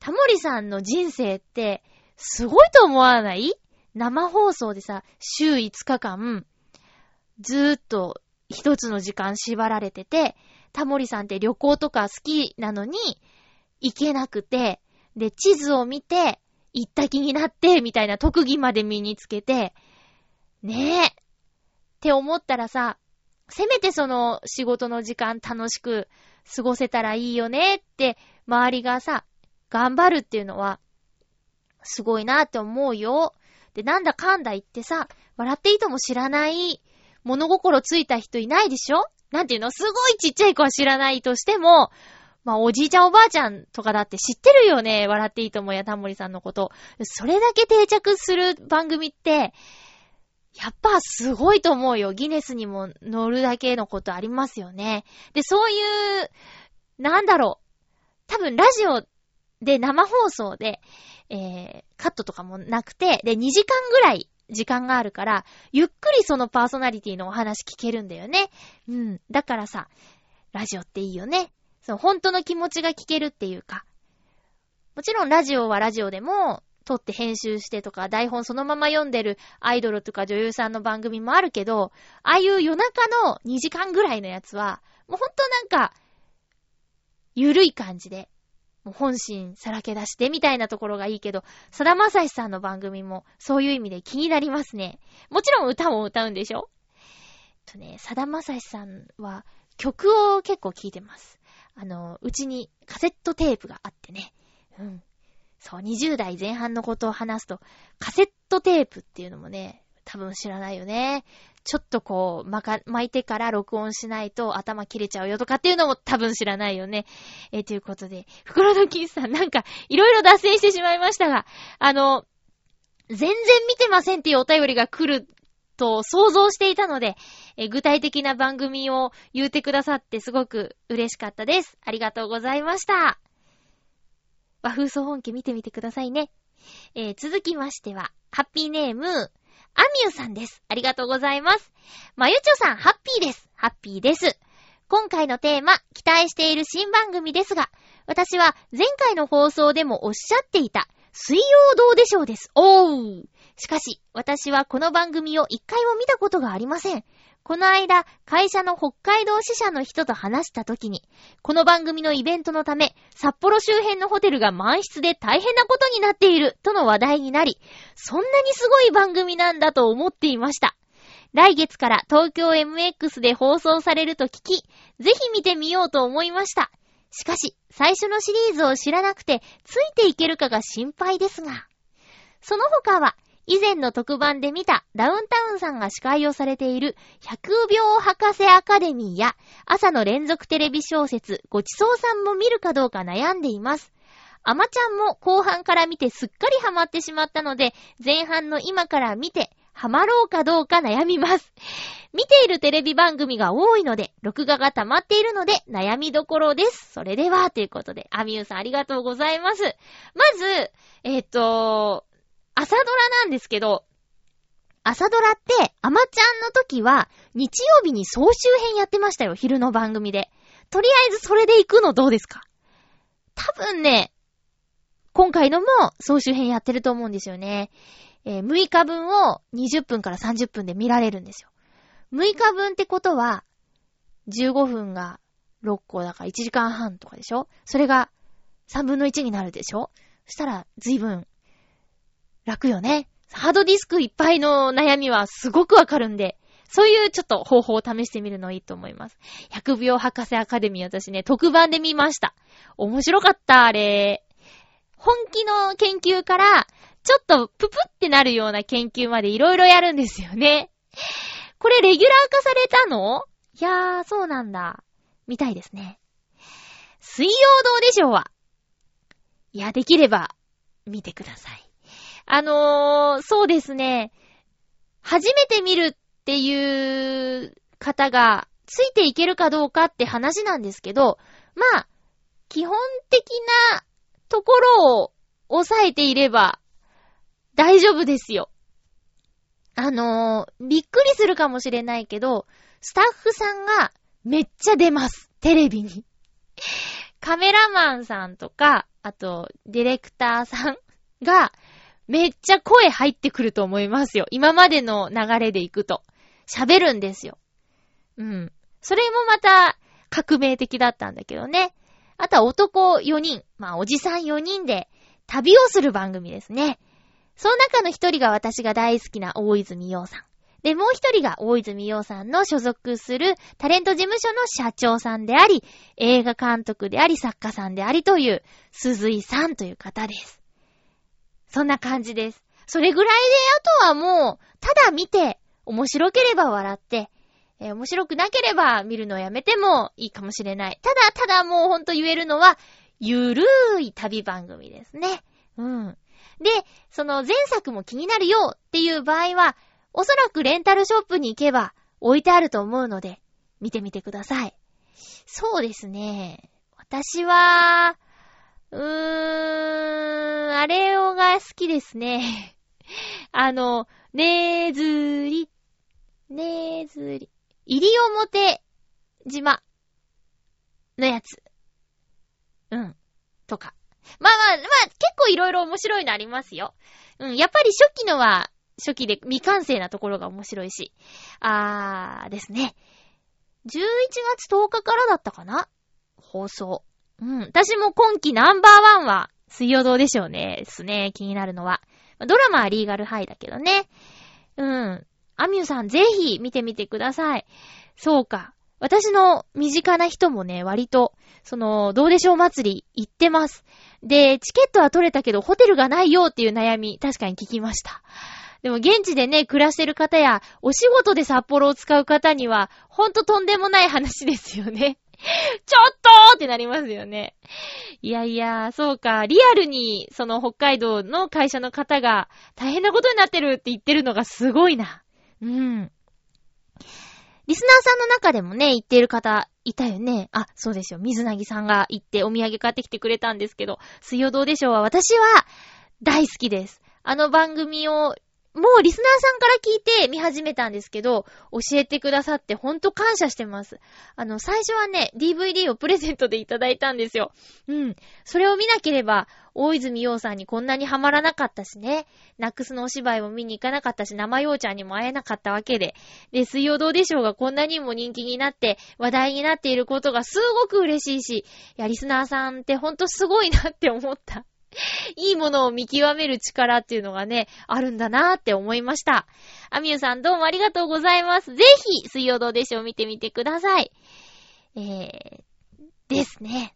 タモリさんの人生ってすごいと思わない？生放送でさ、週いつかかん、ずーっと一つの時間縛られてて、タモリさんって旅行とか好きなのに行けなくて、で、地図を見て行った気になって、みたいな特技まで身につけて、ねえ。って思ったらさ、せめてその仕事の時間楽しく過ごせたらいいよねって周りがさ、頑張るっていうのはすごいなって思うよ。で、なんだかんだ言ってさ、笑っていいとも知らない物心ついた人いないでしょ？なんていうの？すごいちっちゃい子は知らないとしても、まあおじいちゃんおばあちゃんとかだって知ってるよね。笑っていいともやタモリさんのこと。それだけ定着する番組って、やっぱすごいと思うよ。ギネスにも乗るだけのことありますよね。で、そういう、なんだろう。多分ラジオで生放送で、えー、カットとかもなくて、で、にじかんぐらい時間があるから、ゆっくりそのパーソナリティのお話聞けるんだよね。うん。だからさ、ラジオっていいよね。その本当の気持ちが聞けるっていうか。もちろんラジオはラジオでも、撮って編集してとか、台本そのまま読んでるアイドルとか女優さんの番組もあるけど、ああいう夜中のにじかんぐらいのやつは、もうほんとなんか、ゆるい感じで、もう本心さらけ出してみたいなところがいいけど、さだまさしさんの番組もそういう意味で気になりますね。もちろん歌も歌うんでしょ？とね、さだまさしさんは曲を結構聴いてます。あの、うちにカセットテープがあってね。うん。そう、にじゅう代前半のことを話すと、カセットテープっていうのもね、多分知らないよね。ちょっとこう、まか、巻いてから録音しないと頭切れちゃうよとかっていうのも多分知らないよね。えー、ということで、袋のキスさんなんか、いろいろ脱線してしまいましたが、あの、全然見てませんっていうお便りが来ると想像していたので、えー、具体的な番組を言うてくださってすごく嬉しかったです。ありがとうございました。和風総本家見てみてくださいね。えー、続きましては、ハッピーネーム、アミューさんです。ありがとうございます。まゆちょさん、ハッピーです。ハッピーです。今回のテーマ、期待している新番組ですが、私は前回の放送でもおっしゃっていた、水曜どうでしょうです。おー。しかし、私はこの番組を一回も見たことがありません。この間、会社の北海道支社の人と話したときに、この番組のイベントのため、札幌周辺のホテルが満室で大変なことになっているとの話題になり、そんなにすごい番組なんだと思っていました。来月から東京 エムエックス で放送されると聞き、ぜひ見てみようと思いました。しかし、最初のシリーズを知らなくて、ついていけるかが心配ですが、その他は、以前の特番で見たダウンタウンさんが司会をされているひゃくびょう博士アカデミーや朝の連続テレビ小説ごちそうさんも見るかどうか悩んでいます。あまちゃんも後半から見てすっかりハマってしまったので前半の今から見てハマろうかどうか悩みます。見ているテレビ番組が多いので録画が溜まっているので悩みどころです。それではということでアミューさんありがとうございます。まず、えっと、朝ドラなんですけど、朝ドラって、あまちゃんの時は、日曜日に総集編やってましたよ、昼の番組で。とりあえずそれで行くのどうですか？多分ね、今回のも総集編やってると思うんですよね。えー、むいかぶんをにじゅっぷんからさんじゅっぷんで見られるんですよ。むいかぶんってことは、じゅうごふんがろっこだからいちじかんはんとかでしょ？それがさんぶんのいちになるでしょ？そしたら、ずいぶん、楽よね。ハードディスクいっぱいの悩みはすごくわかるんで、そういうちょっと方法を試してみるのいいと思います。ひゃくびょう博士アカデミー私ね、特番で見ました。面白かった、あれ。本気の研究から、ちょっとププってなるような研究までいろいろやるんですよね。これレギュラー化されたの？いやー、そうなんだ。見たいですね。水曜どうでしょうは。いや、できれば、見てください。あのー、そうですね。初めて見るっていう方がついていけるかどうかって話なんですけど、まあ、基本的なところを抑えていれば大丈夫ですよ。あのー、びっくりするかもしれないけど、スタッフさんがめっちゃ出ます。テレビに。カメラマンさんとか、 あと、ディレクターさんが、めっちゃ声入ってくると思いますよ。今までの流れでいくと。喋るんですよ。うん。それもまた、革命的だったんだけどね。あとは男よにん、まあおじさんよにんで旅をする番組ですね。その中の一人が私が大好きな大泉洋さん。で、もう一人が大泉洋さんの所属するタレント事務所の社長さんであり、映画監督であり、作家さんでありという鈴井さんという方です。そんな感じです。それぐらいで、あとはもう、ただ見て、面白ければ笑って、えー、面白くなければ見るのをやめてもいいかもしれない。ただただもうほんと言えるのは、ゆるーい旅番組ですね。うん。で、その前作も気になるよっていう場合は、おそらくレンタルショップに行けば置いてあると思うので、見てみてください。そうですね。私は、うーん、あれをが好きですね。あの、ねーずーり、ねーずーり、西表島のやつ。うん。とか。まあまあ、まあ、結構いろいろ面白いのありますよ。うん、やっぱり初期のは、初期で未完成なところが面白いし。あーですね。じゅういちがつとおかからだったかな？放送。うん。私も今期ナンバーワンは水曜どうでしょうね。ですね。気になるのは。ドラマはリーガルハイだけどね。うん。アミュさんぜひ見てみてください。そうか。私の身近な人もね、割と、その、どうでしょう祭り行ってます。で、チケットは取れたけど、ホテルがないよっていう悩み、確かに聞きました。でも現地でね、暮らしてる方や、お仕事で札幌を使う方には、ほんととんでもない話ですよね。ちょっとーってなりますよね。いやいや、そうか、リアルに、その北海道の会社の方が、大変なことになってるって言ってるのがすごいな。うん。リスナーさんの中でもね、行っている方、いたよね。あ、そうですよ。水なぎさんが行ってお土産買ってきてくれたんですけど、水曜どうでしょうは私は大好きです。あの番組を、もうリスナーさんから聞いて見始めたんですけど、教えてくださってほんと感謝してます。あの、最初はね、ディーブイディー をプレゼントでいただいたんですよ。うん。それを見なければ、大泉洋さんにこんなにハマらなかったしね。ナックスのお芝居も見に行かなかったし、生洋ちゃんにも会えなかったわけで。で、水曜どうでしょうがこんなにも人気になって、話題になっていることがすごく嬉しいし、いや、リスナーさんってほんとすごいなって思った。いいものを見極める力っていうのがね、あるんだなーって思いました。アミューさんどうもありがとうございます。ぜひ、水曜どうでしょう見てみてください。えー、ですね。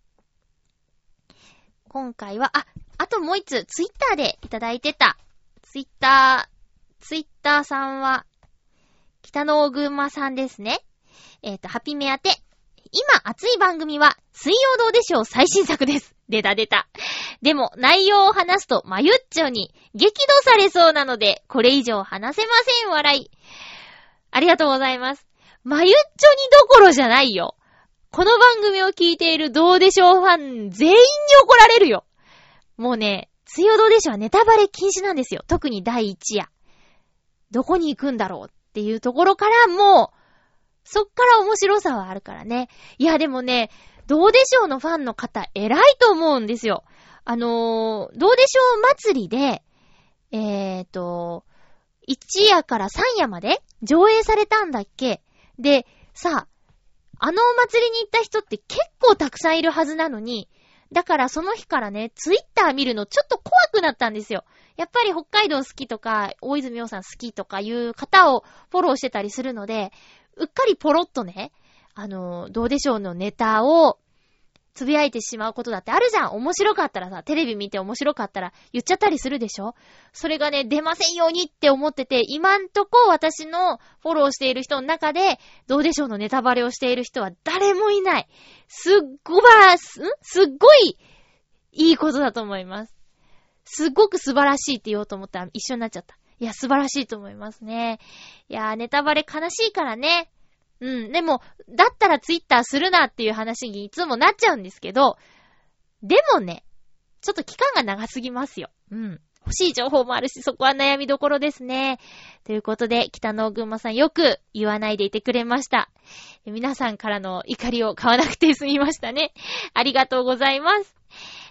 今回は、あ、あともう一つ、ツイッターでいただいてた。ツイッター、ツイッターさんは、北の大群馬さんですね。えっと、ハピメアテ。今熱い番組は、水曜どうでしょう最新作です。出た出た。でも、内容を話すと、まゆっちょに激怒されそうなので、これ以上話せません、笑い。ありがとうございます。まゆっちょにどころじゃないよ。この番組を聞いているどうでしょうファン全員に怒られるよ。もうね、水曜どうでしょうはネタバレ禁止なんですよ。特にだいいち夜。どこに行くんだろうっていうところからもう、そっから面白さはあるからね。いやでもね、どうでしょうのファンの方偉いと思うんですよ。あのー、どうでしょう祭りで、えーと、いち夜からさん夜まで上映されたんだっけ？で、さ、あのお祭りに行った人って結構たくさんいるはずなのに、だからその日からね、ツイッター見るのちょっと怖くなったんですよ。やっぱり北海道好きとか、大泉洋さん好きとかいう方をフォローしてたりするので、うっかりポロッとね、あの、どうでしょうのネタをつぶやいてしまうことだってあるじゃん。面白かったらさ、テレビ見て面白かったら言っちゃったりするでしょ？それがね、出ませんようにって思ってて、今んとこ私のフォローしている人の中で、どうでしょうのネタバレをしている人は誰もいない。すっごば、す、んすっごいいいことだと思います。すっごく素晴らしいって言おうと思ったら一緒になっちゃった。いや、素晴らしいと思いますね。いや、ネタバレ悲しいからね。うん。でも、だったらツイッターするなっていう話にいつもなっちゃうんですけど、でもね、ちょっと期間が長すぎますよ。うん。欲しい情報もあるし、そこは悩みどころですね。ということで、北の群馬さんよく言わないでいてくれました。皆さんからの怒りを買わなくて済みましたね。ありがとうございます。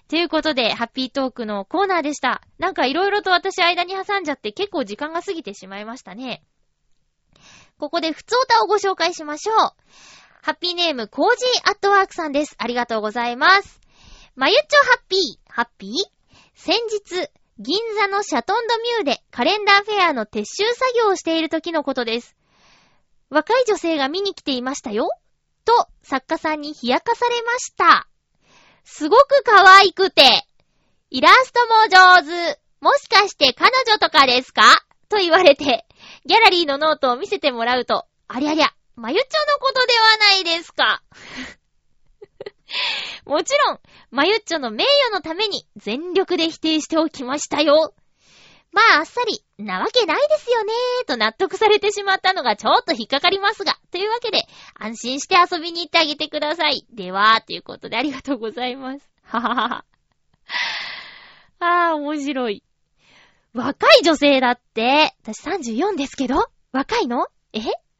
ということで、ハッピートークのコーナーでした。なんか色々と私間に挟んじゃって結構時間が過ぎてしまいましたね。ここでふつおたをご紹介しましょう。ハッピーネームコージーアットワークさんです。ありがとうございます。まゆっちょハッピー、ハッピー先日、銀座のシャトンドミューでカレンダーフェアの撤収作業をしている時のことです。若い女性が見に来ていましたよ。と、作家さんに冷やかされました。すごく可愛くて、イラストも上手。もしかして彼女とかですかと言われて、ギャラリーのノートを見せてもらうと、ありゃりゃ、まゆっちょのことではないですか。もちろん、まゆっちょの名誉のために全力で否定しておきましたよ。まあ、あっさり、なわけないですよねーと納得されてしまったのがちょっと引っかかりますが、というわけで、安心して遊びに行ってあげてください。では、ということでありがとうございます。はははは。あー、面白い。若い女性だって、私さんじゅうよんですけど若いのえ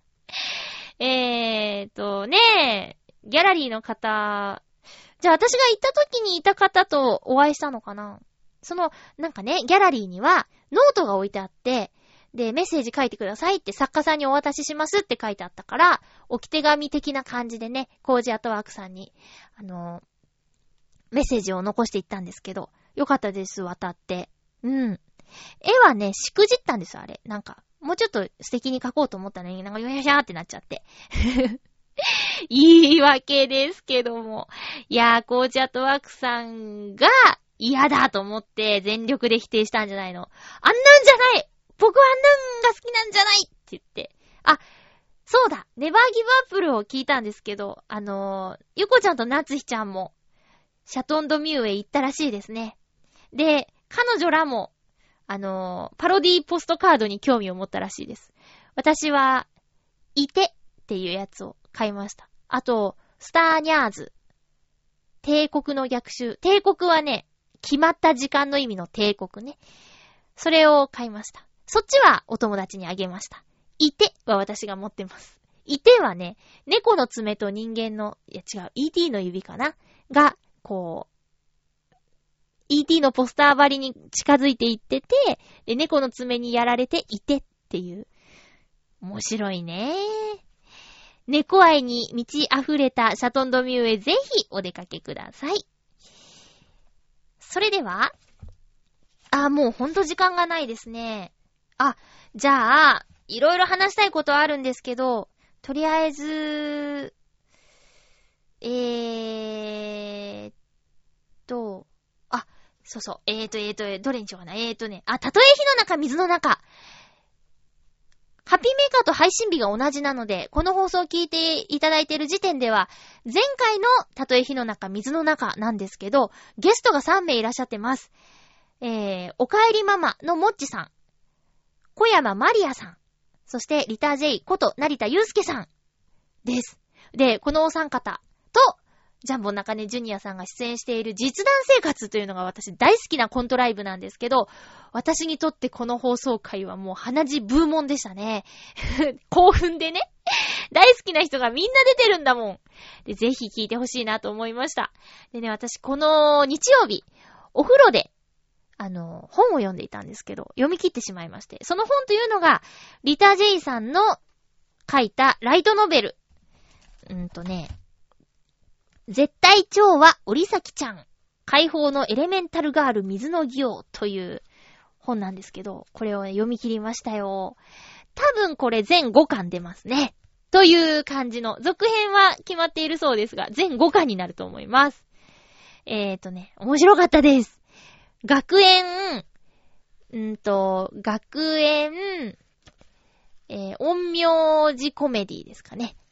えーとね、ギャラリーの方、じゃあ私が行った時にいた方とお会いしたのかな。その、なんかね、ギャラリーにはノートが置いてあって、で、メッセージ書いてくださいって作家さんにお渡ししますって書いてあったから、置き手紙的な感じでね、コージアットワークさんに、あの、メッセージを残していったんですけど、よかったです、渡って。うん。絵はね、しくじったんですよ、あれ。なんか、もうちょっと素敵に描こうと思ったのに、なんかよやしゃーってなっちゃって。言い訳ですけども。いやー、コージアットワークさんが嫌だと思って全力で否定したんじゃないの。あんなんじゃない僕はあんなんが好きなんじゃないって言って。あ、そうだネバーギブアップルを聞いたんですけど、あのー、ゆこちゃんとなつひちゃんも、シャトンドミューへ行ったらしいですね。で、彼女らも、あのー、パロディポストカードに興味を持ったらしいです。私は、いてっていうやつを買いました。あと、スターニャーズ。帝国の逆襲。帝国はね、決まった時間の意味の帝国ね。それを買いました。そっちはお友達にあげました。いては私が持ってます。いてはね、猫の爪と人間の、いや違う、イーティー の指かなが、こう、イーティー のポスター張りに近づいていってて、で、猫の爪にやられていてっていう。面白いね。猫愛に満ち溢れたシャトンドミューへぜひお出かけください。それでは、あ、もうほんと時間がないですね。あ、じゃあ、いろいろ話したいことあるんですけど、とりあえず、えーっと、あ、そうそう、えーと、えーと、どれにしようかな。えーとね、あ、たとえ火の中、水の中。ハッピーメーカーと配信日が同じなので、この放送を聞いていただいている時点では、前回のたとえ火の中、水の中なんですけど、ゲストがさんめいいらっしゃってます。えー、おかえりママのもっちさん、小山マリアさん、そしてリタ J こと成田祐介さんです。で、このお三方と、ジャンボ中根ジュニアさんが出演している実弾生活というのが私大好きなコントライブなんですけど、私にとってこの放送回はもう鼻血ブーモンでしたね。興奮でね。大好きな人がみんな出てるんだもん。で、ぜひ聞いてほしいなと思いました。でね、私この日曜日、お風呂で、あの、本を読んでいたんですけど、読み切ってしまいまして。その本というのが、リタ J さんの書いたライトノベル。うんとね、絶対調和織崎ちゃん解放のエレメンタルガール水の行という本なんですけど、これを、ね、読み切りましたよ。多分これ全ごかん出ますね。という感じの、続編は決まっているそうですが、全ごかんになると思います。えーとね、面白かったです。学園、んと、学園、えー、陰陽師コメディですかね。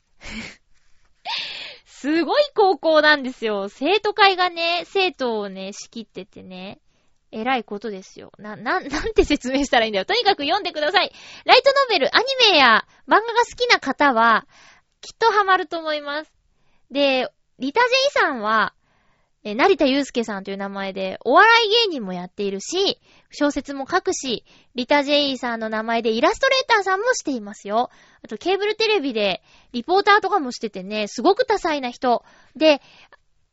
すごい高校なんですよ。生徒会がね、生徒をね、仕切っててね、偉いことですよ。な、な、なんて説明したらいいんだよ。とにかく読んでください。ライトノベル、アニメや漫画が好きな方は、きっとハマると思います。で、リタ J さんは、え、成田祐介さんという名前で、お笑い芸人もやっているし、小説も書くし、リタ J さんの名前でイラストレーターさんもしていますよ。あと、ケーブルテレビで、リポーターとかもしててね、すごく多彩な人。で、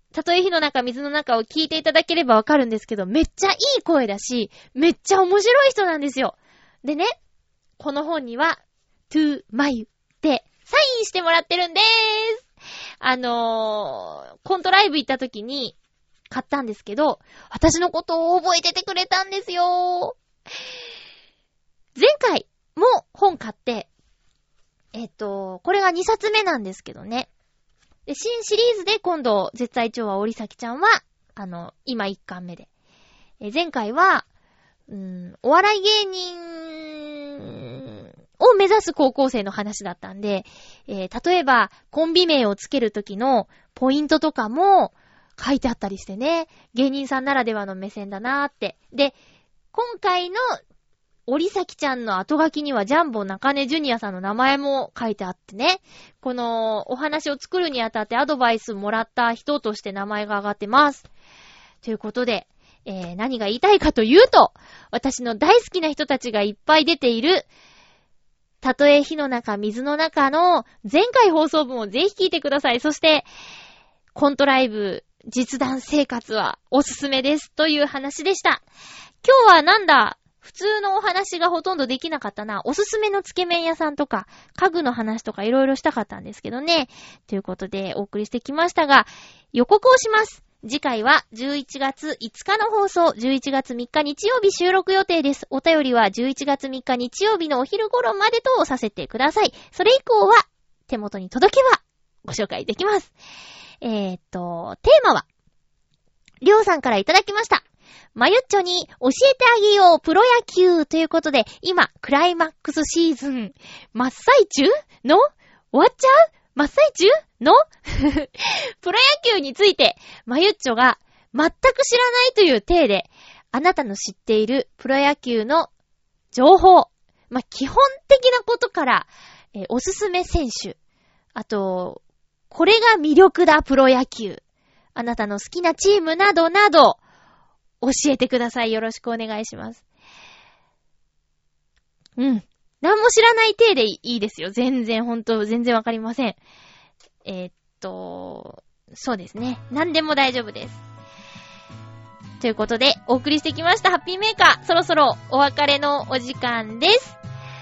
たとえ火の中水の中を聞いていただければわかるんですけど、めっちゃいい声だし、めっちゃ面白い人なんですよ。でね、この本には to まゆってサインしてもらってるんでーす。あのー、コントライブ行った時に買ったんですけど、私のことを覚えててくれたんですよ。前回も本買って、えっと、これがにさつめなんですけどね。で、新シリーズで今度、絶愛調和織崎ちゃんは、あの、今いっかんめで。え前回は、うーん、お笑い芸人を目指す高校生の話だったんで、えー、例えば、コンビ名をつけるときのポイントとかも書いてあったりしてね、芸人さんならではの目線だなーって。で、今回の織崎ちゃんの後書きにはジャンボ中根ジュニアさんの名前も書いてあってね、このお話を作るにあたってアドバイスもらった人として名前が挙がってます。ということで、えー、何が言いたいかというと、私の大好きな人たちがいっぱい出ている、たとえ火の中水の中の前回放送分をぜひ聞いてください。そして、コントライブ実弾生活はおすすめですという話でした。今日はなんだ、普通のお話がほとんどできなかったな。おすすめのつけ麺屋さんとか、家具の話とかいろいろしたかったんですけどね。ということでお送りしてきましたが、予告をします。次回はじゅういちがついつかの放送、じゅういちがつみっか日曜日収録予定です。お便りはじゅういちがつみっか日曜日のお昼頃までとさせてください。それ以降は手元に届けばご紹介できます。えーっと、テーマは、りょうさんからいただきました。まゆっちょに教えてあげようプロ野球ということで、今クライマックスシーズン真っ最中の終わっちゃう真っ最中のプロ野球についてまゆっちょが全く知らないという体で、あなたの知っているプロ野球の情報、まあ、基本的なことから、えー、おすすめ選手、あとこれが魅力だプロ野球、あなたの好きなチームなどなど教えてください。よろしくお願いします。うん。何も知らない体でいいですよ。全然、ほんと、全然わかりません。えー、っと、そうですね。何でも大丈夫です。ということで、お送りしてきましたハッピーメーカー。そろそろお別れのお時間です。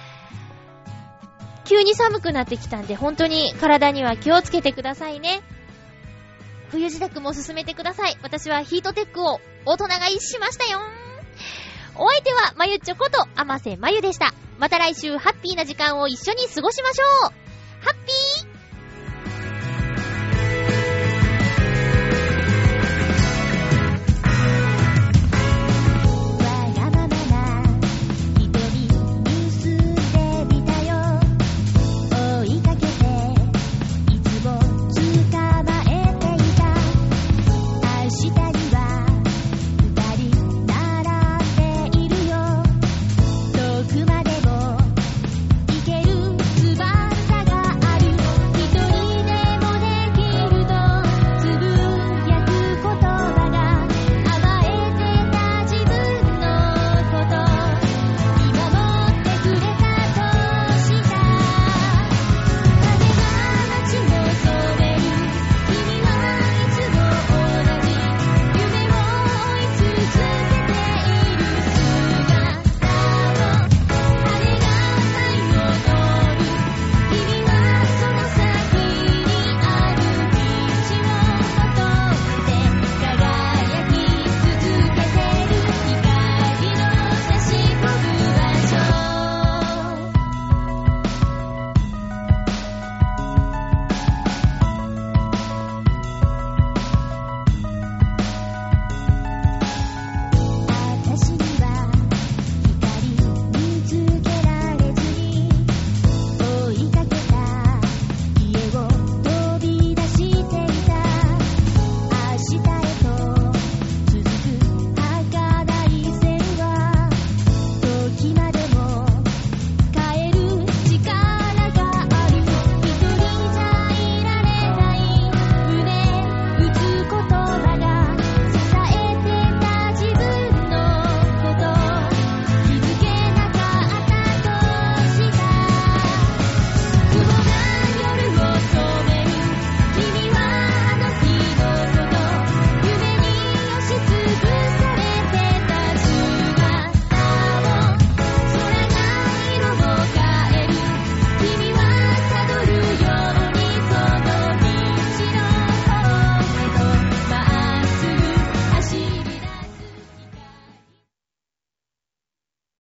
急に寒くなってきたんで、本当に体には気をつけてくださいね。冬支度も進めてください。私はヒートテックを大人買いしましたよ。お相手はまゆっちょこと甘瀬まゆでした。また来週ハッピーな時間を一緒に過ごしましょう。